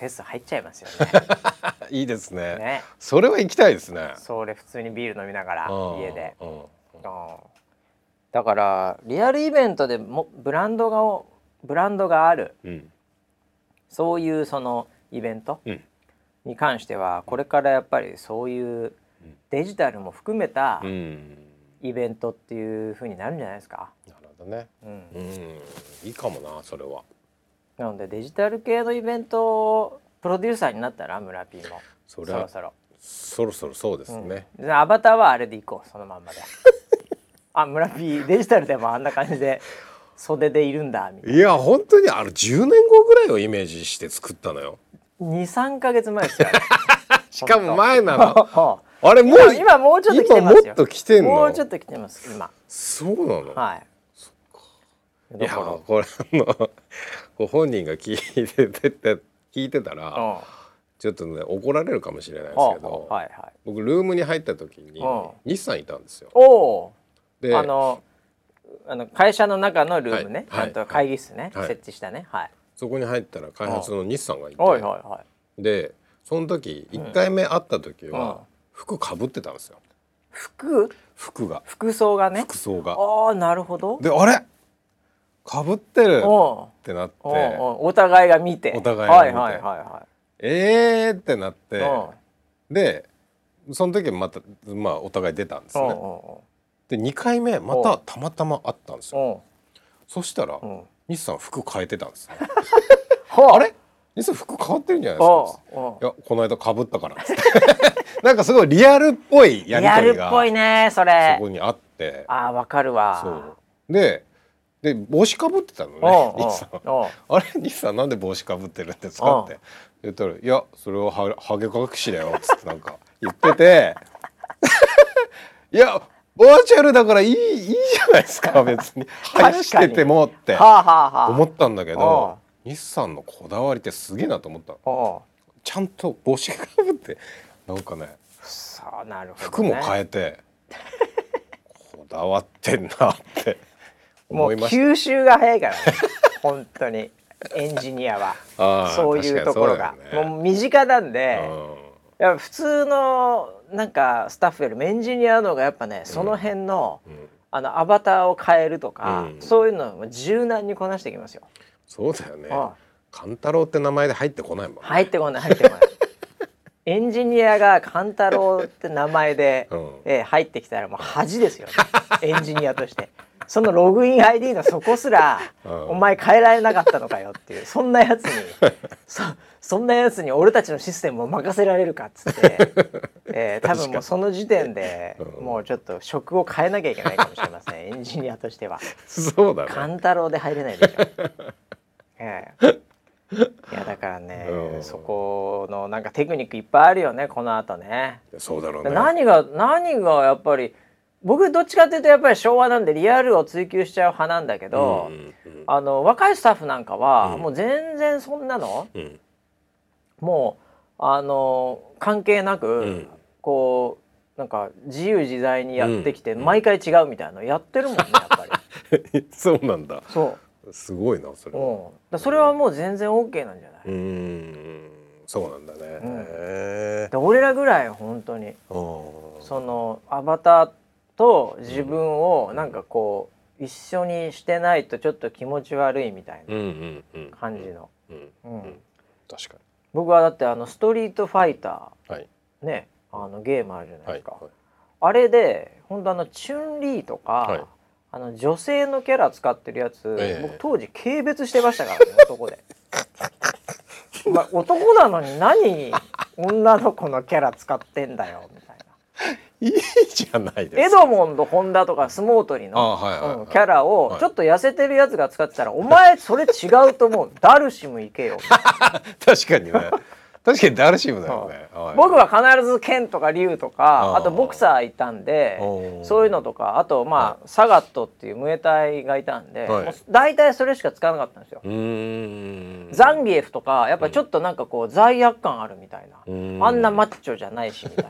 フェス入っちゃいますよね。 いいですね。 ね、 それは行きたいですね。 それ普通にビール飲みながら家で。 うんうん、 だからリアルイベントでもブランドがブランドがある、うん、そういうそのイベントに関してはこれからやっぱりそういうデジタルも含めたイベントっていう風になるんじゃないですか。 なるほどね。うん、うん、いいかもなそれは。 なのでデジタル系のイベントプロデューサーになったら村 P もそろそろそろそろそうですね、 うん、アバターはあれでいこうそのまんまであ村 P デジタルでもあんな感じで袖でいるんだみたいな。 いや本当にあれじゅうねんごぐらいをイメージして作ったのよ。 にさんかげつまえですよねしかも前なのあれもう今もうちょっと来てますよ。 今もっと来てんの。 もうちょっと来てます今。 そうなの。 はい。 そっか。いやこれあのご本人が聞いてて聞いてたらちょっとね怒られるかもしれないですけど、はいはい、僕ルームに入った時に日産いたんですよ。 おであのあの会社の中のルームね、はい、ちゃんと会議室ね、はい、設置したね、はい、 そこに入ったら開発の日産がいて、はいはいはい、でその時いっかいめ会った時は服かぶってたんですよ。 服服が服装がね服装がああなるほど。 であれかぶってるってなってお互いが見てお互いが見て、はいはいはいはい、えーってなってでその時また、まあ、お互い出たんですね。でにかいめまたたまたま会ったんですよ。そしたら日産服変えてたんですねあれ日産服変わってるんじゃないですか。いやこの間かぶったからなんかすごいリアルっぽいやりとりがリアルっぽいねそれそこにあって、 あわかるわ。 そうでで帽子かぶってたのね日産。あれ日産なんで帽子かぶってるんですかって言ったら「いやそれはハゲ隠しだよ」っつってなんか言ってていやバーチャルだからいい、いいじゃないですか別に入しててもって思ったんだけど日産のこだわりってすげえなと思ったの。ちゃんと帽子かぶってなんかねそうなるほどね服も変えてこだわってんなって思いました。 もう吸収が早いからね本当にエンジニアはそういうところが、ね、もう身近なんで、うん、やっぱ普通のなんかスタッフよりもエンジニアの方がやっぱね、うん、その辺の、うん、あのアバターを変えるとか、うん、そういうのを柔軟にこなしていきますよ。 そうだよね。カンタロウって名前で入ってこないもん、ね、 入ってこない入ってこないエンジニアがカンタロウって名前で、うんえー、入ってきたらもう恥ですよねエンジニアとして。そのログイン アイディー のそこすら、うん、お前変えられなかったのかよっていうそんなやつにそ, そんなやつに俺たちのシステムを任せられるかっつって、えー、多分もうその時点で、うん、もうちょっと職を変えなきゃいけないかもしれませんエンジニアとしては。 そうだね。 カンタロウで入れないでしょ、えーいやだからね、うん、そこのなんかテクニックいっぱいあるよねこの後ね。 そうだろうね。 何が何がやっぱり僕どっちかっていうとやっぱり昭和なんでリアルを追求しちゃう派なんだけど、うんうんうん、あの若いスタッフなんかは、うん、もう全然そんなの、うん、もうあの関係なく、うん、こうなんか自由自在にやってきて、うん、毎回違うみたいなのやってるもんねやっぱりそうなんだ。 そうすごいなそれは、うん、 だそれはもう全然 OK なんじゃない。 うーんそうなんだね、うん、 へで俺らぐらい本当にそのアバターと自分をなんかこう一緒にしてないとちょっと気持ち悪いみたいな感じの確かに僕はだってあのストリートファイター、はい、ねあのゲームあるじゃないですか、はいはい、あれで本当あのチュンリーとか、はいあの女性のキャラ使ってるやつ、ええ、僕当時軽蔑してましたからね男でお前男なのに何女の子のキャラ使ってんだよみたいないいじゃないですか。 エドモンド・ホンダとかスモートリの、はいはいはいうん、キャラをちょっと痩せてるやつが使ってたら、はい、お前それ違うと思うダルシム行けよ確かにね確かにダルシムだよね、 はい、僕は必ず剣とか竜とか あ, あとボクサーいたんでそういうのとかあとまあ、はい、サガットっていうムエタイがいたんで、はい、もう大体それしか使わなかったんですよ。うーんザンギエフとかやっぱりちょっとなんかこう罪悪感あるみたいな、うん、あんなマッチョじゃないしみたい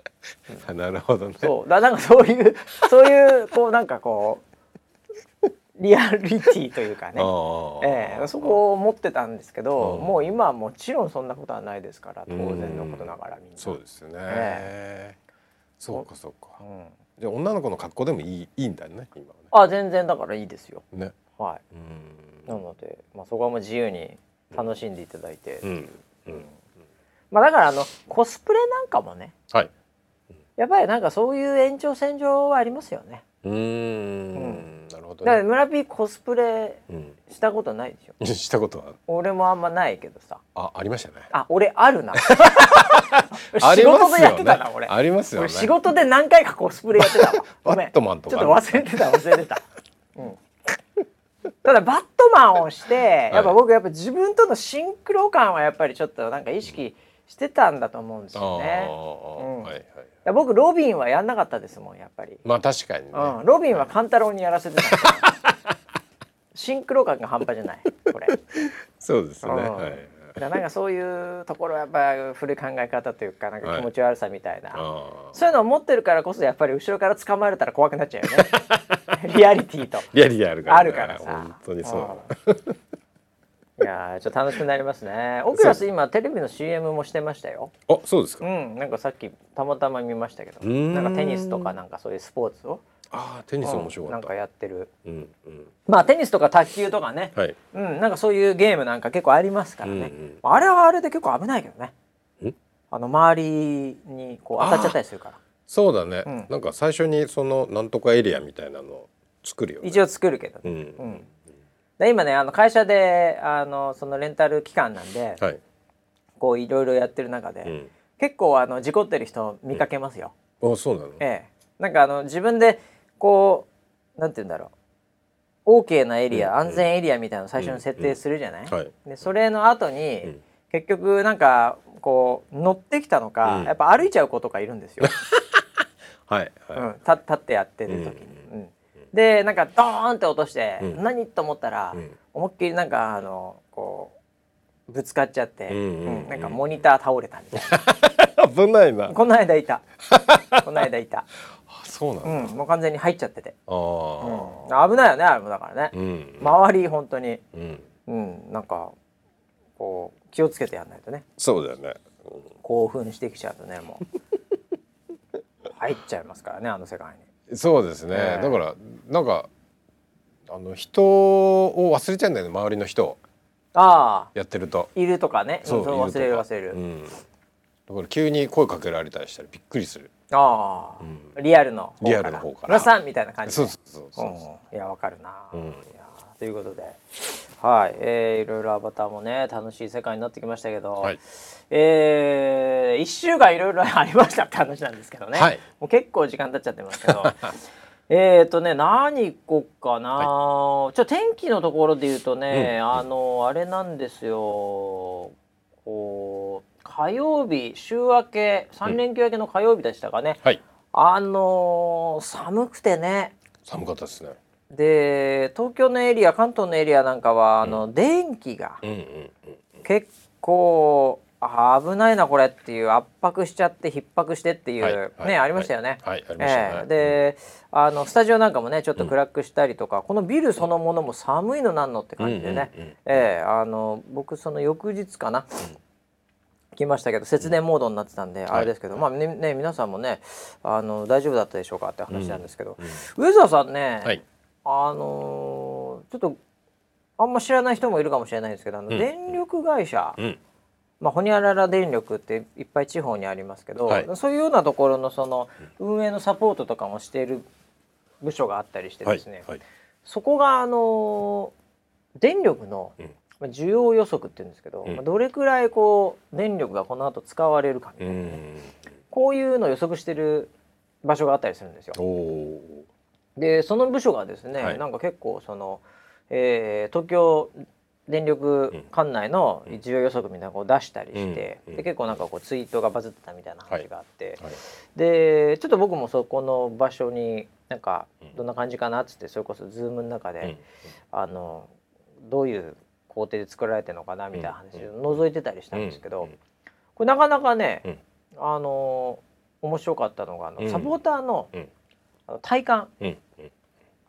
ななるほどね。 そうだなんかそういうそういうこうなんかこうリアリティというかね、 ええー、そこを持ってたんですけど、もう今はもちろんそんなことはないですから、当然のことながらみんな。 そうですよね、 えー、 そうかそうか、 うん、 じゃあ女の子の格好でもいいいいんだよね今はね。 あ、全然だからいいですよね。 はい。うん、なので、まあ、そこはもう自由に楽しんでいただいて、うんうんうん、まあだからあのコスプレなんかもね、はい、やっぱりなんかそういう延長線上はありますよね。うーん、うん、なるほどね。だから村 P コスプレしたことないでしょ。 うん、したことは俺もあんまないけどさ。 あ、ありましたね。 あ、俺あるな。仕事でやってたな、俺。 ありますよね。 俺仕事で何回かコスプレやってたわ。 バットマンとかちょっと忘れてた忘れてた。うん。ただバットマンをして、やっぱ僕やっぱ自分とのシンクロ感はやっぱりちょっとなんか意識してたんだと思うんですよね。うん、はいはい。僕ロビンはやんなかったですもんやっぱり。 まあ確かにね。 うん、ロビンはカンタロウにやらせてた。シンクロ感が半端じゃないこれ。 そうですね。うん、はい。 だなんかそういうところはやっぱり古い考え方というかなんか気持ち悪さみたいな、はい、そういうのを持ってるからこそやっぱり後ろから捕まえれたら怖くなっちゃうよね。リアリティとリアリティあるから、ね、 あるからさ本当にそういやちょっと楽しくなりますね。オキュラス今テレビの シーエム もしてましたよ。 あ、そうですか。 うん、なんかさっきたまたま見ましたけど、なんかテニスとかなんかそういうスポーツをあテニス面白かった、 うん、なんかやってる、うんうん、 まあテニスとか卓球とかね、はい、うん、なんかそういうゲームなんか結構ありますからね、うんうん、あれはあれで結構危ないけどね、あの周りにこう当たっちゃったりするから。 そうだね、うん、なんか最初にそのなんとかエリアみたいなのを作るよね。 一応作るけどね、うんうん、で今ねあの会社であのそのレンタル期間なんで、はい、こういろいろやってる中で、うん、結構あの事故ってる人見かけますよ、 うん、あそうなの。 ええ、なんかあの自分でこうなんて言うんだろう OK なエリア、うん、安全エリアみたいなのを最初に設定するじゃない、うんうんはい、でそれの後に、うん、結局なんかこう乗ってきたのか、うん、やっぱ歩いちゃう子とかいるんですよ。はい、はい、うん、立, 立ってやってる時に、うんうん、でなんかドーンって落として、うん、何と思ったら、うん、思いっきりなんかあのこうぶつかっちゃって、うんうんうん、なんかモニター倒れたみたいな。 危ないな。 この間いたこの間いた。 そうなんだ、 うん、もう完全に入っちゃってて、あ、うん、危ないよねあれもだからね、うん、周り本当に、うんうん、なんかこう気をつけてやんないとね。 そうだよね、 うん、興奮してきちゃうとねもう入っちゃいますからねあの世界に。そうですね、えー、だからなんかあの人を忘れちゃうんだよね周りの人。ああやってるといるとかね。そう、うん、忘れる忘れる、うん、 だから急に声かけられたりしたらびっくりする。 ああ、うん、リアルのリアルの方から村さんみたいな感じで。 そうそうそうそう、 うん、いやわかるな、うん、いやということではい、えー、いろいろアバターもね楽しい世界になってきましたけど、はい、えー、いっしゅうかんいろいろありましたって話なんですけどね、はい、もう結構時間経っちゃってますけどえっとね何行こっかな、はい、ちょっと天気のところで言うとね、うん、あのあれなんですよ、こう火曜日週明けさん連休明けの火曜日でしたかね、うんはい、あのー、寒くてね。 寒かったですね。 で東京のエリア関東のエリアなんかは、うん、あの電気が結構危ないなこれっていう圧迫しちゃって逼迫してっていう、はい、ね、はい、ありましたよね。 はいはい、ありましたね、えー、 で、うん、あのスタジオなんかもねちょっと暗くしたりとか、うん、このビルそのものも寒いのなんのって感じでね、えー、あの僕その翌日かな、うん来ましたけど節電モードになってたんで、うん、あれですけど、はい、まあね、ね皆さんもねあの大丈夫だったでしょうかって話なんですけど、うんうん、上澤さんね、はい、あのー、ちょっとあんま知らない人もいるかもしれないんですけどあの、うん、電力会社、うん、まあ、ホニャララ電力っていっぱい地方にありますけど、はい、そういうようなところのその運営のサポートとかもしている部署があったりしてですね、はいはい、そこがあのー、電力の、うん需要予測って言うんですけど、うん、どれくらいこう電力がこの後使われるかみたいな、ね、こういうのを予測してる場所があったりするんですよ。でその部署がですね、はい、なんか結構その、えー、東京電力管内の需要予測みたいなのを出したりして、うん、で結構なんかこうツイートがバズってたみたいな話があって、はいはい、でちょっと僕もそこの場所になんかどんな感じかなっつってそれこそズームの中で、うん、あのどういう工程で作られてるのかなみたいな話を覗いてたりしたんですけど、うんうん、これなかなかね、うん、あの面白かったのがあの、うん、サポーターの、うん、あの体感、うん、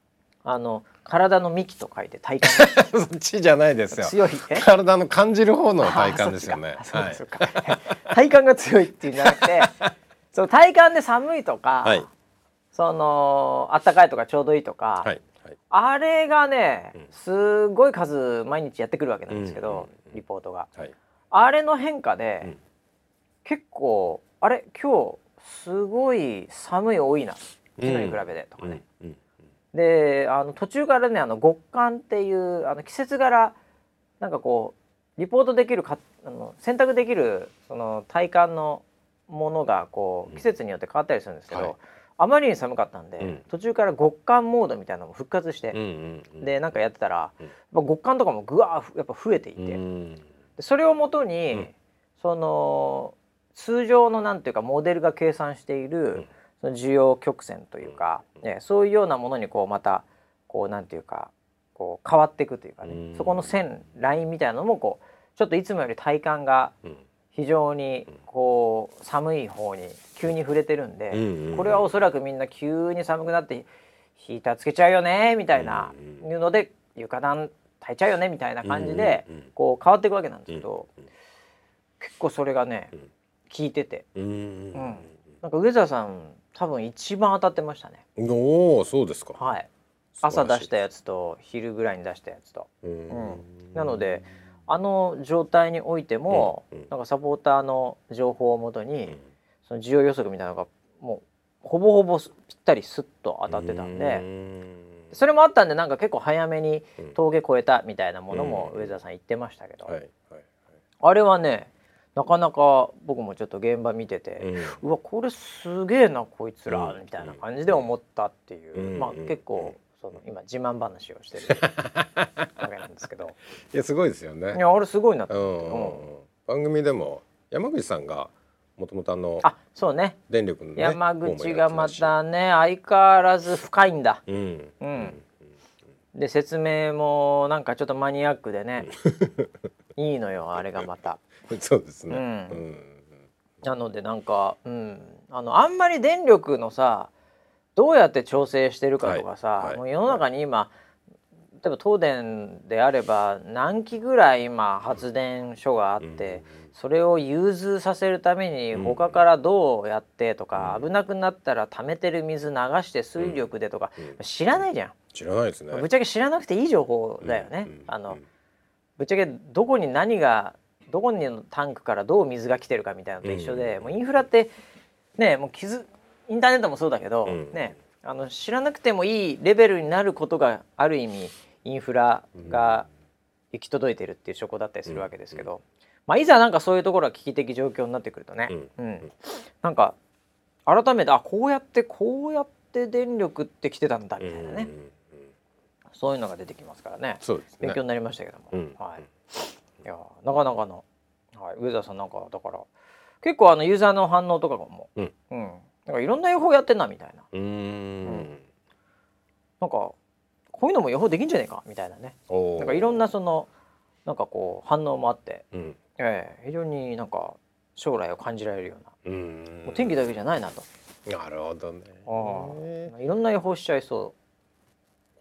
あの体の幹と書いて体幹そっちじゃないですよ。 強い体の感じる方の体幹ですよね。 はい、体幹が強いっていうんじゃなくてその体幹で寒いとか、はい、その暖かいとかちょうどいいとか、はいはい、あれがね、うん、すごい数毎日やってくるわけなんですけど、うんうんうん、リポートが、はい、あれの変化で、うん、結構あれ今日すごい寒い多いな昨日に比べてとかね、うんうんうん、であの途中からねあの極寒っていうあの季節柄なんかこうリポートできるかあの選択できるその体感のものがこう季節によって変わったりするんですけど、うんはい、あまりに寒かったんで、うん、途中から極寒モードみたいなのも復活して、うんうんうん、でなんかやってたら、うん、極寒とかもぐわーやっぱ増えていて、うん、でそれをもとに、うん、その通常のなんていうかモデルが計算している、うん、その需要曲線というか、うんね、そういうようなものにこうまたこうなんていうかこう変わっていくというかね、うん、そこの線ラインみたいなのもこうちょっといつもより体感が非常にこう寒い方に急に触れてるんで、うん、これはおそらくみんな急に寒くなってヒーターつけちゃうよねみたいないうので床暖炊いちゃうよねみたいな感じでこう変わっていくわけなんですけど、結構それがね効いてて、うん、なんか上澤さん多分一番当たってましたね。 おー、そうですか。 はい。朝出したやつと昼ぐらいに出したやつと、うん、なのであの状態においても、うん、なんかサポーターの情報をもとに、うん、その需要予測みたいなのがもうほぼほぼぴったりスッと当たってたんで、んそれもあったんでなんか結構早めに峠越えたみたいなものも上澤さん言ってましたけど、うんはいはいはい、あれはねなかなか僕もちょっと現場見てて、うん、うわこれすげえなこいつら、うん、みたいな感じで思ったっていう、うん、まあ結構その今自慢話をしてるわけなんですけどいやすごいですよね。 いやあれすごいなって、うんうん、番組でも山口さんがもともとあのあそうね電力の、ね、 山口がまたね相変わらず深いんだ、うんうんうん、で説明もなんかちょっとマニアックでねいいのよあれがまたそうですね、うんうん、 なのでなんか、うん、あのあんまり電力のさどうやって調整してるかとかさ、はいはい、もう世の中に今、はい、例えば東電であれば何基ぐらい今発電所があって、うん、それを融通させるために他からどうやってとか、うん、危なくなったら溜めてる水流して水力でとか、うん、知らないじゃん。 知らないですね。 ぶっちゃけ知らなくていい情報だよね、うん、あのぶっちゃけどこに何がどこにのタンクからどう水が来てるかみたいなのと一緒で、うん、もうインフラってねもう傷インターネットもそうだけど、うん、ねあの知らなくてもいいレベルになることがある意味インフラが行き届いてるっていう証拠だったりするわけですけど、うんまあ、いざなんかそういうところが危機的状況になってくるとね、うんうん、なんか改めてあこうやってこうやって電力って来てたんだみたいなね、うん、そういうのが出てきますからね。 そうですね勉強になりましたけども、うんはい、いやなかなかの、はい、上澤さんなんかだから結構あのユーザーの反応とかも、うんうん、なんかいろんな予報やってんなみたいな、うーん、うん、なんかこういうのも予報できんじゃねえかみたいなね、なんかいろんなそのなんかこう反応もあって、うんえー、非常になんか将来を感じられるような、うんもう天気だけじゃないなと。 なるほどね。 あいろんな予報しちゃいそう。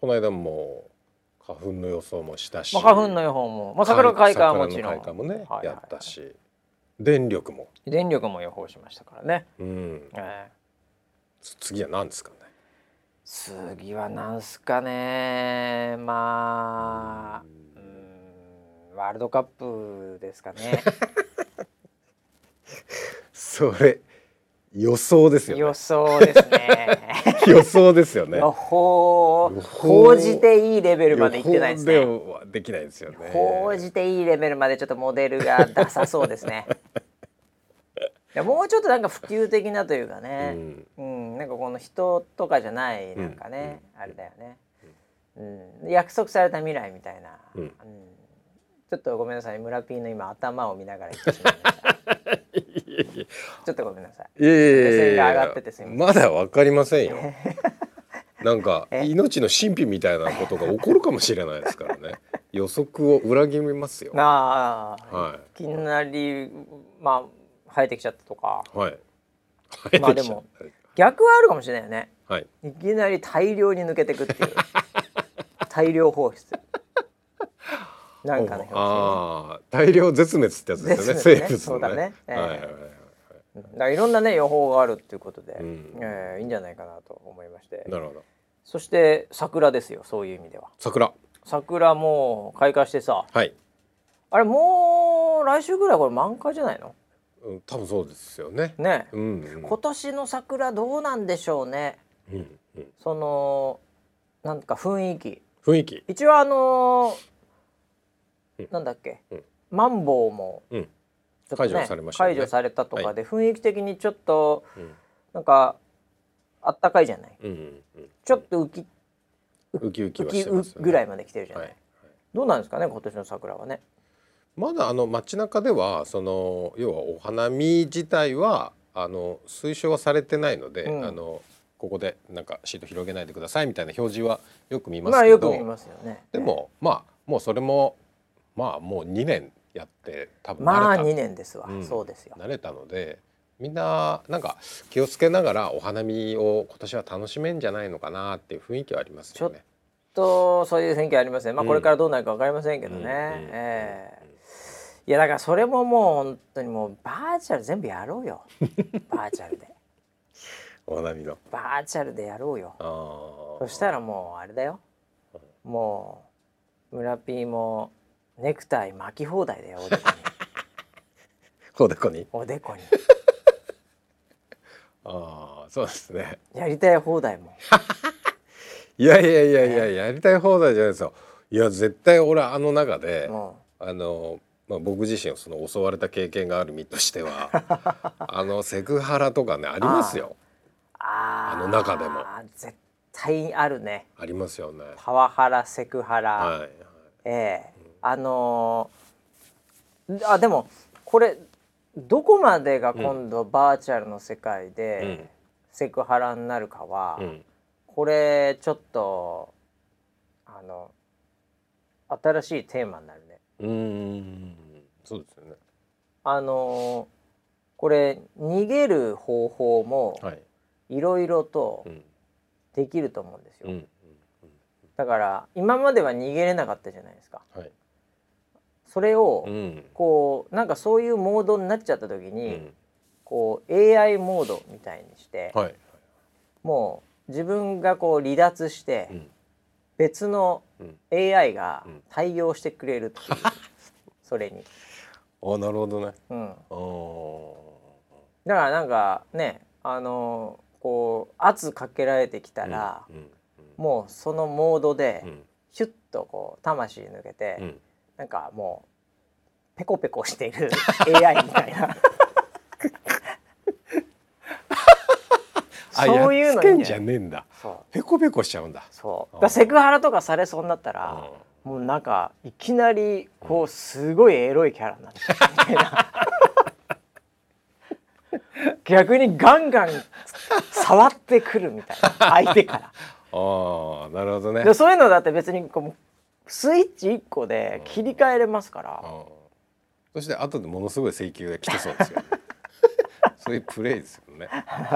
この間も花粉の予想もしたし、 まあ、花粉の予報も、まあ、桜開花はもちろん桜の開花もね、はいはいはい、やったし電力も電力も予報しましたからね、 うんえー、次は何ですかね。 次は何すかねまあうんワールドカップですかねそれ予想ですよね。 予想ですね予想ですよね。 予報報じていいレベルまでいってないですね。 予報ではできないですよね。 報じていいレベルまでちょっとモデルがダサそうですねいやもうちょっとなんか普及的なというかね、うんうん、なんかこの人とかじゃないなんかね、うん、あれだよね、うん、約束された未来みたいな、うんうん、ちょっとごめんなさい村 P の今頭を見ながら言ってしまいましたちょっとごめんなさい。いやいやいや目線が上がっててすみません。 まだわかりませんよなんか命の神秘みたいなことが起こるかもしれないですからね予測を裏切りますよ。 あ、はい、いきなりまあ生えてきちゃったとか、はい、まあでも逆はあるかもしれないよね、はい、いきなり大量に抜けてくっていう大量放出なんかの表紙、ね、 あ大量絶滅ってやつですよね、生物のね。 そうだね、えーはいはいはい、 だからいろんなね予報があるっていうことで、うん、えー、いいんじゃないかなと思いまして。 なるほど。 そして桜ですよ、そういう意味では。 桜桜もう開花してさ、 はい、 あれもう来週ぐらいこれ満開じゃないの？ うん、多分そうですよね。 ね、 うんうん、 今年の桜どうなんでしょうね。うんうん、そのなんか雰囲気雰囲気一応あのーうん、なんだっけ、うん、マンボウも、うんね、 解除されましたね。 解除されたとかで、 はい、 雰囲気的にちょっと、うん、なんかあったかいじゃない、うんうんうん、ちょっとウキウキウキはしてますよね、 ぐらいまで来てるじゃない、 はいはい、 どうなんですかね今年の桜はね。 まだあの街中ではその要はお花見自体はあの推奨はされてないので、うん、あのここでなんかシート広げないでくださいみたいな表示はよく見ますけど、まあよく見ますよね。 でも、えー、まあもうそれもまあもうにねんやって多分慣れた、 まあにねんですわ、うん、そうですよ。 慣れたのでみんななんか気をつけながらお花見を今年は楽しめんじゃないのかなっていう雰囲気はありますよね。 ちょっとそういう雰囲気ありますね。まあこれからどうなるか分かりませんけどね、うん、えーいやだからそれももう本当にもうバーチャル全部やろうよバーチャルでお花見のバーチャルでやろうよ。そしたらもうあれだよ、もう村 P もネクタイ巻き放題だよ、おでこにおでこにおでこにああそうですね、 やりたい放題もいやいやいやいや、ね、やりたい放題じゃないですよ。いや絶対俺あの中であのまあ、僕自身その襲われた経験がある身としてはあのセクハラとかねありますよ。 あ, あの中でも絶対あるね。 ありますよね。 パワハラセクハラ、はいはい、ええーうん、あのー、あでもこれどこまでが今度バーチャルの世界でセクハラになるかは、うん、これちょっとあの新しいテーマになるね。 うーんそうですよね。 あのー、これ逃げる方法もいろいろとできると思うんですよ、うんうんうん、だから今までは逃げれなかったじゃないですか、はい、それをこうなんかそういうモードになっちゃった時に、うん、こう エーアイ モードみたいにして、はい、もう自分がこう離脱して、うん、別の エーアイ が対応してくれるっていう、うん、それにあなるほどね、うん、 だからなんかねあのこう圧かけられてきたら、うんうんうん、もうそのモードで、うん、ヒュッとこう魂抜けて、うん、なんかもうペコペコしているエーアイ みたいなそういうのいいんじゃねえんだ。ペコペコしちゃうんだ。 そうだセクハラとかされそうになったら、もうなんかいきなりこうすごいエロいキャラになってみたいな逆にガンガン触ってくるみたいな相手からああなるほどね。 でそういうのだって別にこうスイッチいっこで切り替えれますから、 そして後でものすごい請求が来てそうですよそういうプレイですよね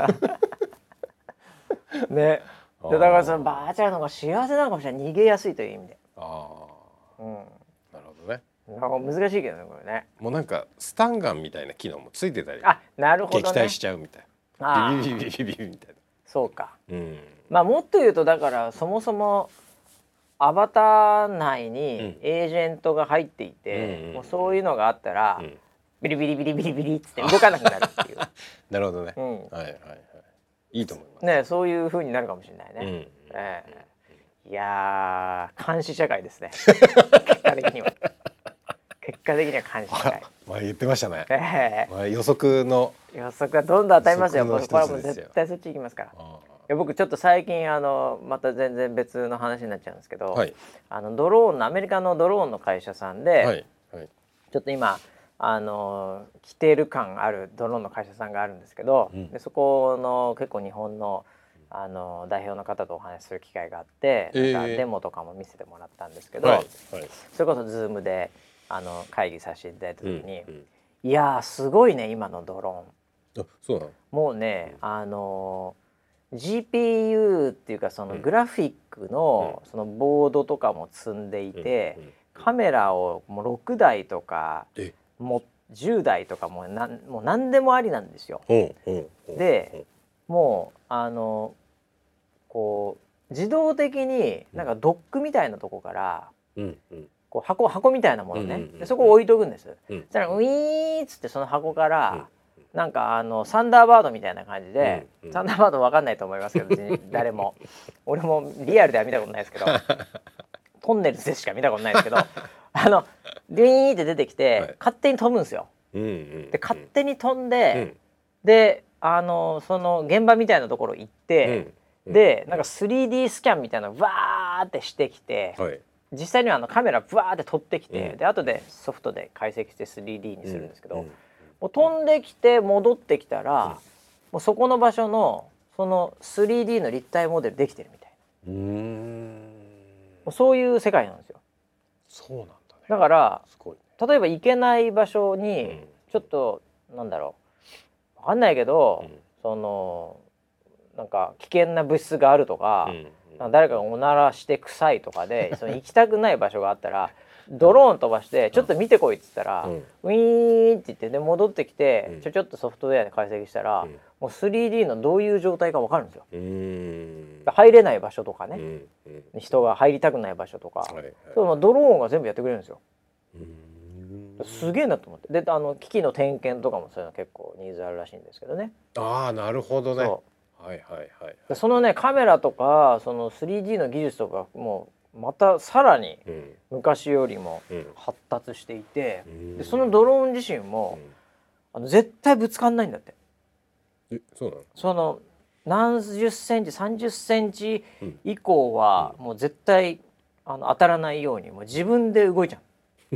ねでだからそのバーチャルの方が幸せなのかもしれない、逃げやすいという意味で。ああ、うん、なるほどね。 なんか難しいけどねこれね。 もうなんかスタンガンみたいな機能もついてたり、 あなるほどね、 撃退しちゃうみたいな、ビビビビビビみたいな。 そうか、うん、まあもっと言うとだからそもそもアバター内にエージェントが入っていて、うん、もうそういうのがあったら、うん、ビリビリビリビリビリって動かなくなるっていうなるほどね、うん、はいはいはい、いいと思いますね。そういう風になるかもしれないね、うん、えー、いやー監視社会ですね結果的には結果的には監視社会前言ってましたね、えー、予測の予測はどんどん当たりますよ。これはもう絶対そっち行きますから。いや僕ちょっと最近あのまた全然別の話になっちゃうんですけど、はい、あのドローンのアメリカのドローンの会社さんで、はいはい、ちょっと今あの来てる感あるドローンの会社さんがあるんですけど、うん、でそこの結構日本のあの代表の方とお話しする機会があって、えー、なんかデモとかも見せてもらったんですけど、はいはい、それこそ Zoom であの会議させていただいた時に、うんうん、いやーすごいね今のドローン。 あそうなの。 もうね、あのジーピーユー っていうかそのグラフィックのそのボードとかも積んでいて、カメラをもうろくだいとかもうじゅうだいとかもうなんもう何でもありなんですよ。でもうあのこう自動的になんかドックみたいなとこからこう箱箱みたいなものね、でそこを置いとくんです。そしたらウィーンっつってその箱からなんかあのサンダーバードみたいな感じで、うんうん、サンダーバードわかんないと思いますけど別に誰も俺もリアルでは見たことないですけどトンネルズでしか見たことないですけどあのディーンって出てきて、はい、勝手に飛ぶんですよ、うんうんうん、で勝手に飛んで、うん、であのその現場みたいなところ行って、うん、でなんか スリーディー スキャンみたいなのわーってしてきて、はい、実際にはあのカメラブワーって撮ってきて、うん、で後でソフトで解析して スリーディー にするんですけど、うんうん、もう飛んできて戻ってきたら、うん、もうそこの場所のその スリーディー の立体モデルできてるみたいな、うーんもうそういう世界なんですよ。 そうなんだね。 だからすごい、ね、例えば行けない場所にちょっと、うん、なんだろう分かんないけど、うん、そのなんか危険な物質があるとか、うんうん、なんか誰かがおならして臭いとかでその行きたくない場所があったらドローン飛ばしてちょっと見てこいっつったら、うん、ウィーンって言ってで戻ってきて、うん、ちょちょっとソフトウェアで解析したら、うん、もう スリーディー のどういう状態か分かるんですよ。うーん入れない場所とかね、うんうん、人が入りたくない場所とか、はいはい、そのドローンが全部やってくれるんですよ。うーんすげえなと思って。であの機器の点検とかもそういうの結構ニーズあるらしいんですけどね。 ああなるほどね。はいはいはい、はい、 そのねカメラとかその スリーディー の技術とかもうまたさらに昔よりも発達していて、うん、でそのドローン自身も、うん、あの絶対ぶつかんないんだって。 えそうなの？ その何十センチさんじゅっセンチ以降はもう絶対あの当たらないようにもう自分で動いちゃう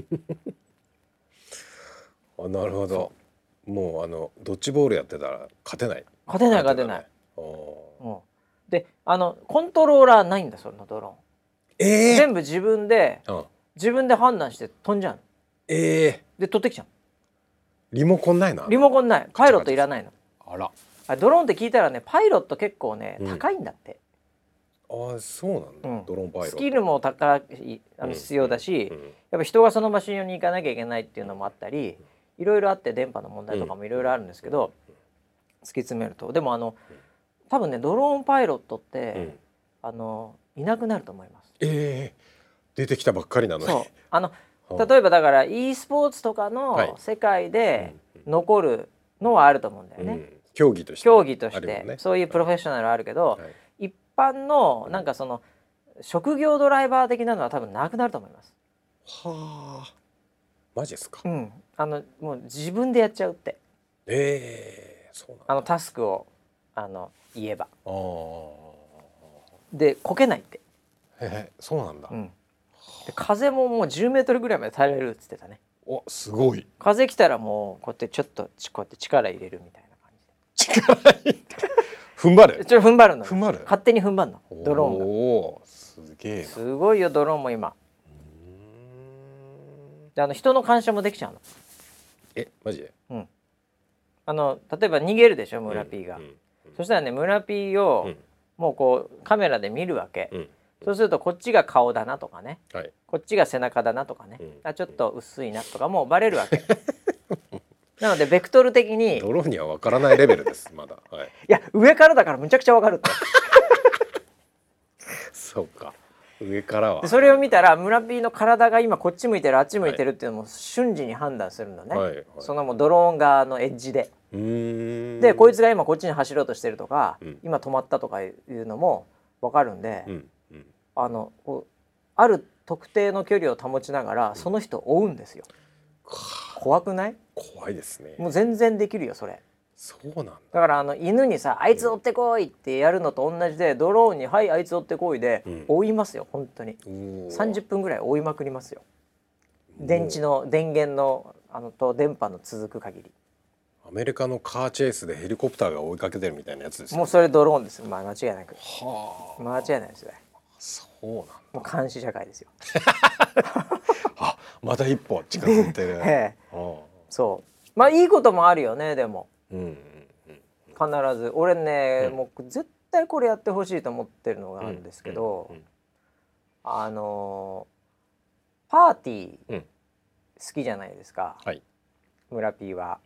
あなるほど。もうあのドッジボールやってたら勝てない勝てない勝てない。うん、であのコントローラーないんだそのドローン、えー、全部自分で、うん、自分で判断して飛んじゃうの、えー、で取ってきちゃう。 リモコンないな。 リモコンない。パイロットいらないの。 あらあドローンって聞いたらねパイロット結構ね、うん、高いんだって。 あそうなんだ、うん、ドローンパイロットスキルも高いあの必要だし、うんうんうん、やっぱ人がその場所に行かなきゃいけないっていうのもあったり、いろいろあって電波の問題とかもいろいろあるんですけど、突き詰めるとでもあの多分ねドローンパイロットって、うん、あのいなくなると思います。 えー、出てきたばっかりなのに。 そうあの例えばだから e スポーツとかの世界で残るのはあると思うんだよね、うんうん、 競技として競技として、ね、そういうプロフェッショナルあるけど、はい、一般のなんかその職業ドライバー的なのは多分なくなると思います。 はあマジですか。 うんあのもう自分でやっちゃうって。えー、そうなんだ。あのタスクをあの言えばあでこけないって。 へえそうなんだ、うん、 で風ももうじゅうメートルぐらいまで耐えられるって言ってたね。 おすごい。 風来たらもうこうやってちょっとこうやって力入れるみたいな感じで力入れる踏ん張るちょっと踏ん張るの。 踏ん張る勝手に踏ん張るのドローンが。 おすげえな。 すごいよドローンも今。であの人の干渉もできちゃうの。 えマジで？ うんあの例えば逃げるでしょ村 P が、うんうんうん、そしたらね村 P を、うん、もうこうカメラで見るわけ、うん、そうするとこっちが顔だなとかね、はい、こっちが背中だなとかね、うん、あちょっと薄いなとかもうバレるわけなのでベクトル的にドローンには分からないレベルですまだ、はい、いや上からだからむちゃくちゃ分かるってそうか上からはでそれを見たら村 P の体が今こっち向いてるあっち向いてるっていうのも瞬時に判断するのね、はいはい、そのもうドローン側のエッジでうーんでこいつが今こっちに走ろうとしてるとか、うん、今止まったとかいうのも分かるんで、うんうん、あのこうある特定の距離を保ちながらその人を追うんですよ、うん、怖くない？ 怖いですね。 もう全然できるよそれ。 そうなんだ。 だからあの犬にさあいつ追ってこいってやるのと同じでドローンにはいあいつ追ってこいで追いますよ、うん、本当にさんじゅっぷんぐらい追いまくりますよ。電池の電源のあのと電波の続く限り。 アメリカのカーチェイスでヘリコプターが追いかけてるみたいなやつですよね。 もうそれドローンです。まあ、間違いなく。はあ、間違いないですね。 そうなんだ。 もう監視社会ですよ。 あ、また一歩近づいてる。 ええ、そう。まあいいこともあるよねでも。うんうんうん、必ず俺ね、うん、もう絶対これやってほしいと思ってるのがあるんですけど、 うんうんうん、 あのパーティー好きじゃないですか、 はい、 村 P は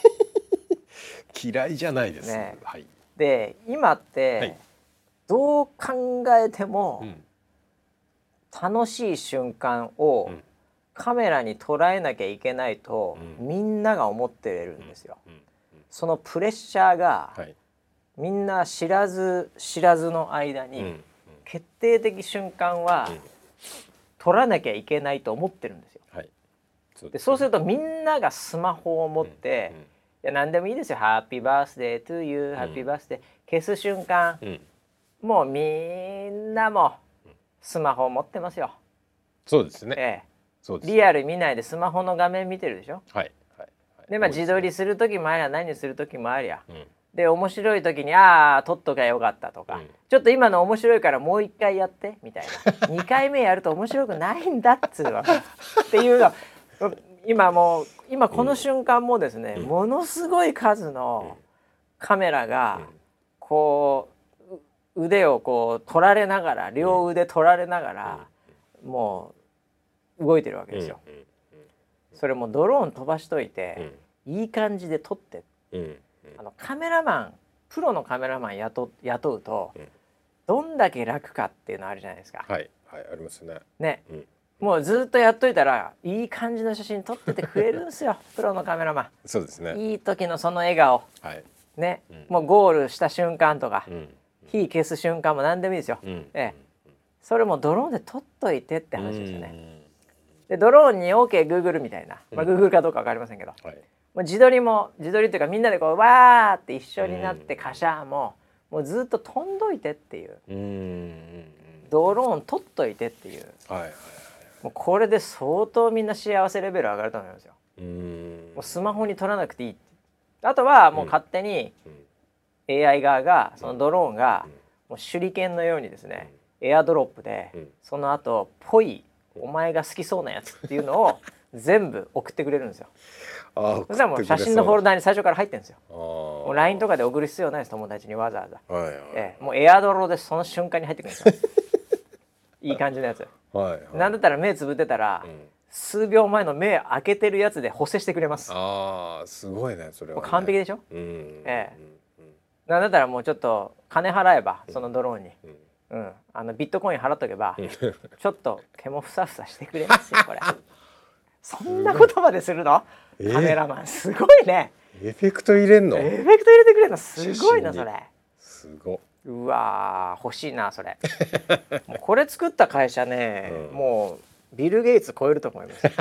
嫌いじゃないです、 ね、 はい、 で今って、はい、どう考えても、うん、楽しい瞬間を、うん、カメラに捉えなきゃいけないと、うん、みんなが思ってるんですよ、うんうんうん、そのプレッシャーが、はい、みんな知らず知らずの間に、うんうん、決定的瞬間は、うん、撮らなきゃいけないと思ってるんですよ、はい、そうですね、でそうするとみんながスマホを持って、うんうん、いや何でもいいですよ、ハッピーバースデートゥーユー、ハッピーバースデー消す瞬間、うん、もうみんなもスマホを持ってますよ。 そうですね、えええ、そうですね、リアル見ないでスマホの画面見てるでしょ、はいはい、はい、でまあ自撮りする時もありゃ何する時もありゃ、うん、で面白い時にああ撮っときゃよかったとか、うん、ちょっと今の面白いからもう一回やってみたいなにかいめやると面白くないんだっつうのっていうの今もう今この瞬間もですね、うん、ものすごい数のカメラがこう腕をこう取られながら両腕取られながらもう動いてるわけですよ。それもドローン飛ばしといていい感じで撮って、あのカメラマンプロのカメラマン雇雇うとどんだけ楽かっていうのあるじゃないですか。 はいはい、ありますね。 ね、うん、もうずっとやっといたらいい感じの写真撮っててくれるんですよプロのカメラマン。 そうですね。 いい時のその笑顔、はい、ね、うん、もうゴールした瞬間とか、うん、火消す瞬間も何でもいいですよ、うん、ええ、それもドローンで撮っといてって話ですよね。でドローンに OKGoogle みたいな、まあ、Google かどうか分かりませんけど、はい、もう自撮りも自撮りっていうかみんなでこうわーって一緒になってカシャーももうずっと飛んどいてっていう、うーん、ドローン撮っといてっていう、はいはいはい、もうこれで相当みんな幸せレベル上がると思いますよ。うーん、もうスマホに撮らなくていいって、あとはもう勝手に エーアイ 側がそのドローンがもう手裏剣のようにですね、エアドロップでその後ぽいお前が好きそうなやつっていうのを全部送ってくれるんですよ。あ、そしたらもう写真のフォルダに最初から入ってるんですよ。もう ライン とかで送る必要ないです、友達にわざわざ、はいはい、ええ、もうエアドロでその瞬間に入ってくるんですよいい感じのやつ、はいはい、なんだったら目つぶってたら、うん、数秒前の目開けてるやつで補正してくれます。 あー、すごいねそれはね。 もう完璧でしょ、うん、ええ、うん、なんだったらもうちょっと金払えばそのドローンに、うんうん、あのビットコイン払っとけばちょっと毛もふさふさしてくれますよこれそんなことまでするの、えー、カメラマンすごいね。 エフェクト入れんの、 エフェクト入れてくれるのすごいなそれ。 すご、 うわー欲しいなそれもうこれ作った会社ね、うん、もうビル・ゲイツ超えると思います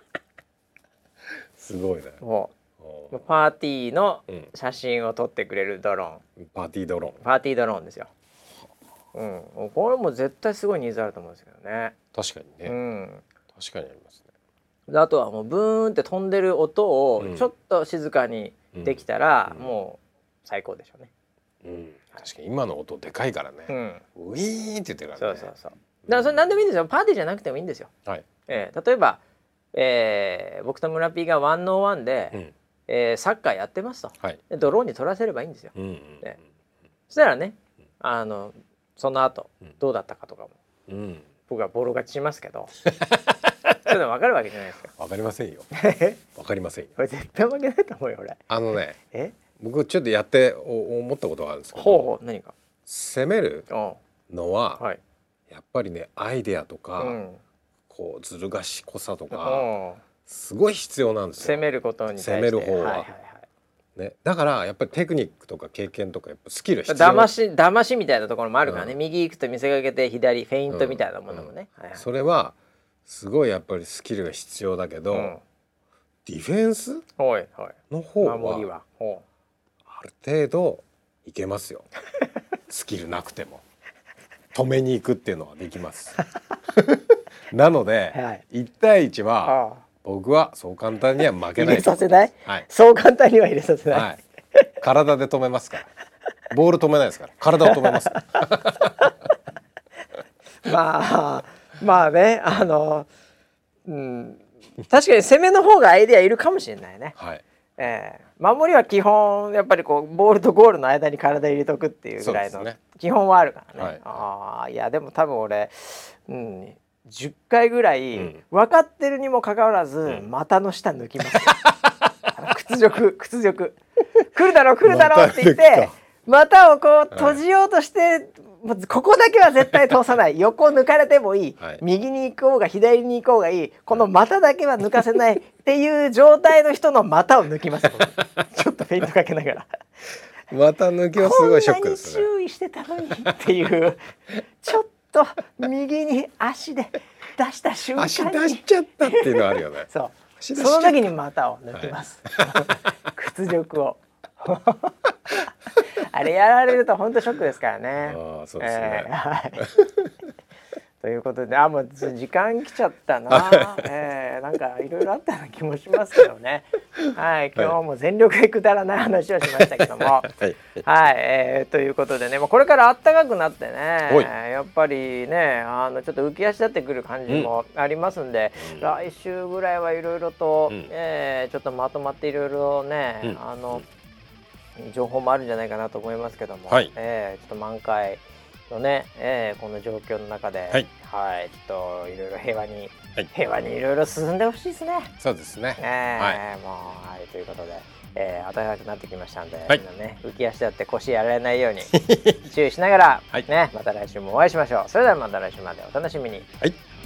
すごいね。 もうパーティーの写真を撮ってくれるドローン、 うん、パーティードローンパーティードローンですよ。うん、これも絶対すごいニーズあると思うんですけどね。 確かにね、うん、確かにありますね。 であとはもうブーンって飛んでる音をちょっと静かにできたら、うん、もう最高でしょうね。 うん、確かに今の音でかいからね、うん、ウィーンって言ってるからね。 そうそうそう。だからそれ何でもいいんですよ。パーティーじゃなくてもいいんですよ。はい、えー、例えば、えー、僕と村 P がワンオーワンで、うん、えー、サッカーやってますと、はい、でドローンに撮らせればいいんですよ。うんうんうん、でそしたらね、あのその後どうだったかとかも、うん、僕はボロ勝ちしますけどそういうの分かるわけじゃないですか。 分かりませんよ分かりませんよ。 これ絶対負けないと思うよ俺。 あのね、え僕ちょっとやって思ったことがあるんですけど、 ほうほう、何か攻めるのは、はい、やっぱりねアイデアとか、うん、こうずる賢さとかすごい必要なんですよ。 攻めることに対して攻める方は、はいはいはい、ね、だからやっぱりテクニックとか経験とかやっぱスキル必要。 だましだましみたいなところもあるからね、うん、右行くと見せかけて左フェイントみたいなものもね、 うんうんはいはい、それはすごいやっぱりスキルが必要だけど、うん、ディフェンスの方は守りはほうある程度いけますよスキルなくても止めに行くっていうのはできますなので、はい、いち対いちは僕はそう簡単には負けない。 入れさせない、はい、そう簡単には入れさせない、はい、 体で止めますからボール止めないですから体を止めますまあまあね、あの、うん、確かに攻めの方がアイデアいるかもしれないね、はい、 えー、守りは基本やっぱりこうボールとゴールの間に体入れとくっていうぐらいの基本はあるからね。はい、ああいやでも多分俺、うん、じゅっかいぐらい、うん、分かってるにもかかわらず、うん、股の下抜きますよ。屈辱屈辱来るだろう来るだろうって言って股をこう閉じようとして、はい、ここだけは絶対通さない横抜かれてもいい、はい、右に行こうが左に行こうがいいこの股だけは抜かせないっていう状態の人の股を抜きます。ちょっとフェイントかけながら股抜きはすごいショックですね。 こんなに注意してたのにっていうちょっと右に足で出した瞬間に足出しちゃったっていうのあるよね。 そうその時に股を抜きます、はい、屈辱をあれやられると本当ショックですからね。 あそうですね、 えーはい、ということであもう時間来ちゃったな、えー、なんかいろいろあったような気もしますけどね。はい今日も全力でくだらない話をしましたけどもはい、はいえー、ということでねこれから暖かくなってねやっぱりねあのちょっと浮き足立ってくる感じもありますんで、うん、来週ぐらいはいろいろと、うんえー、ちょっとまとまっていろいろね、うん、あの情報もあるんじゃないかなと思いますけども、はいえー、ちょっと満開のね、えー、この状況の中で、はいはい、ちょっといろいろ平和に、はい、平和にいろいろ進んでほしいですね。 そうですね。 えー、はい、もうはいということで、えー、暖かくなってきましたんで、はい、みんなね浮き足だって腰やられないように注意しながら、はい、ねまた来週もお会いしましょう。それではまた来週までお楽しみに。 はい。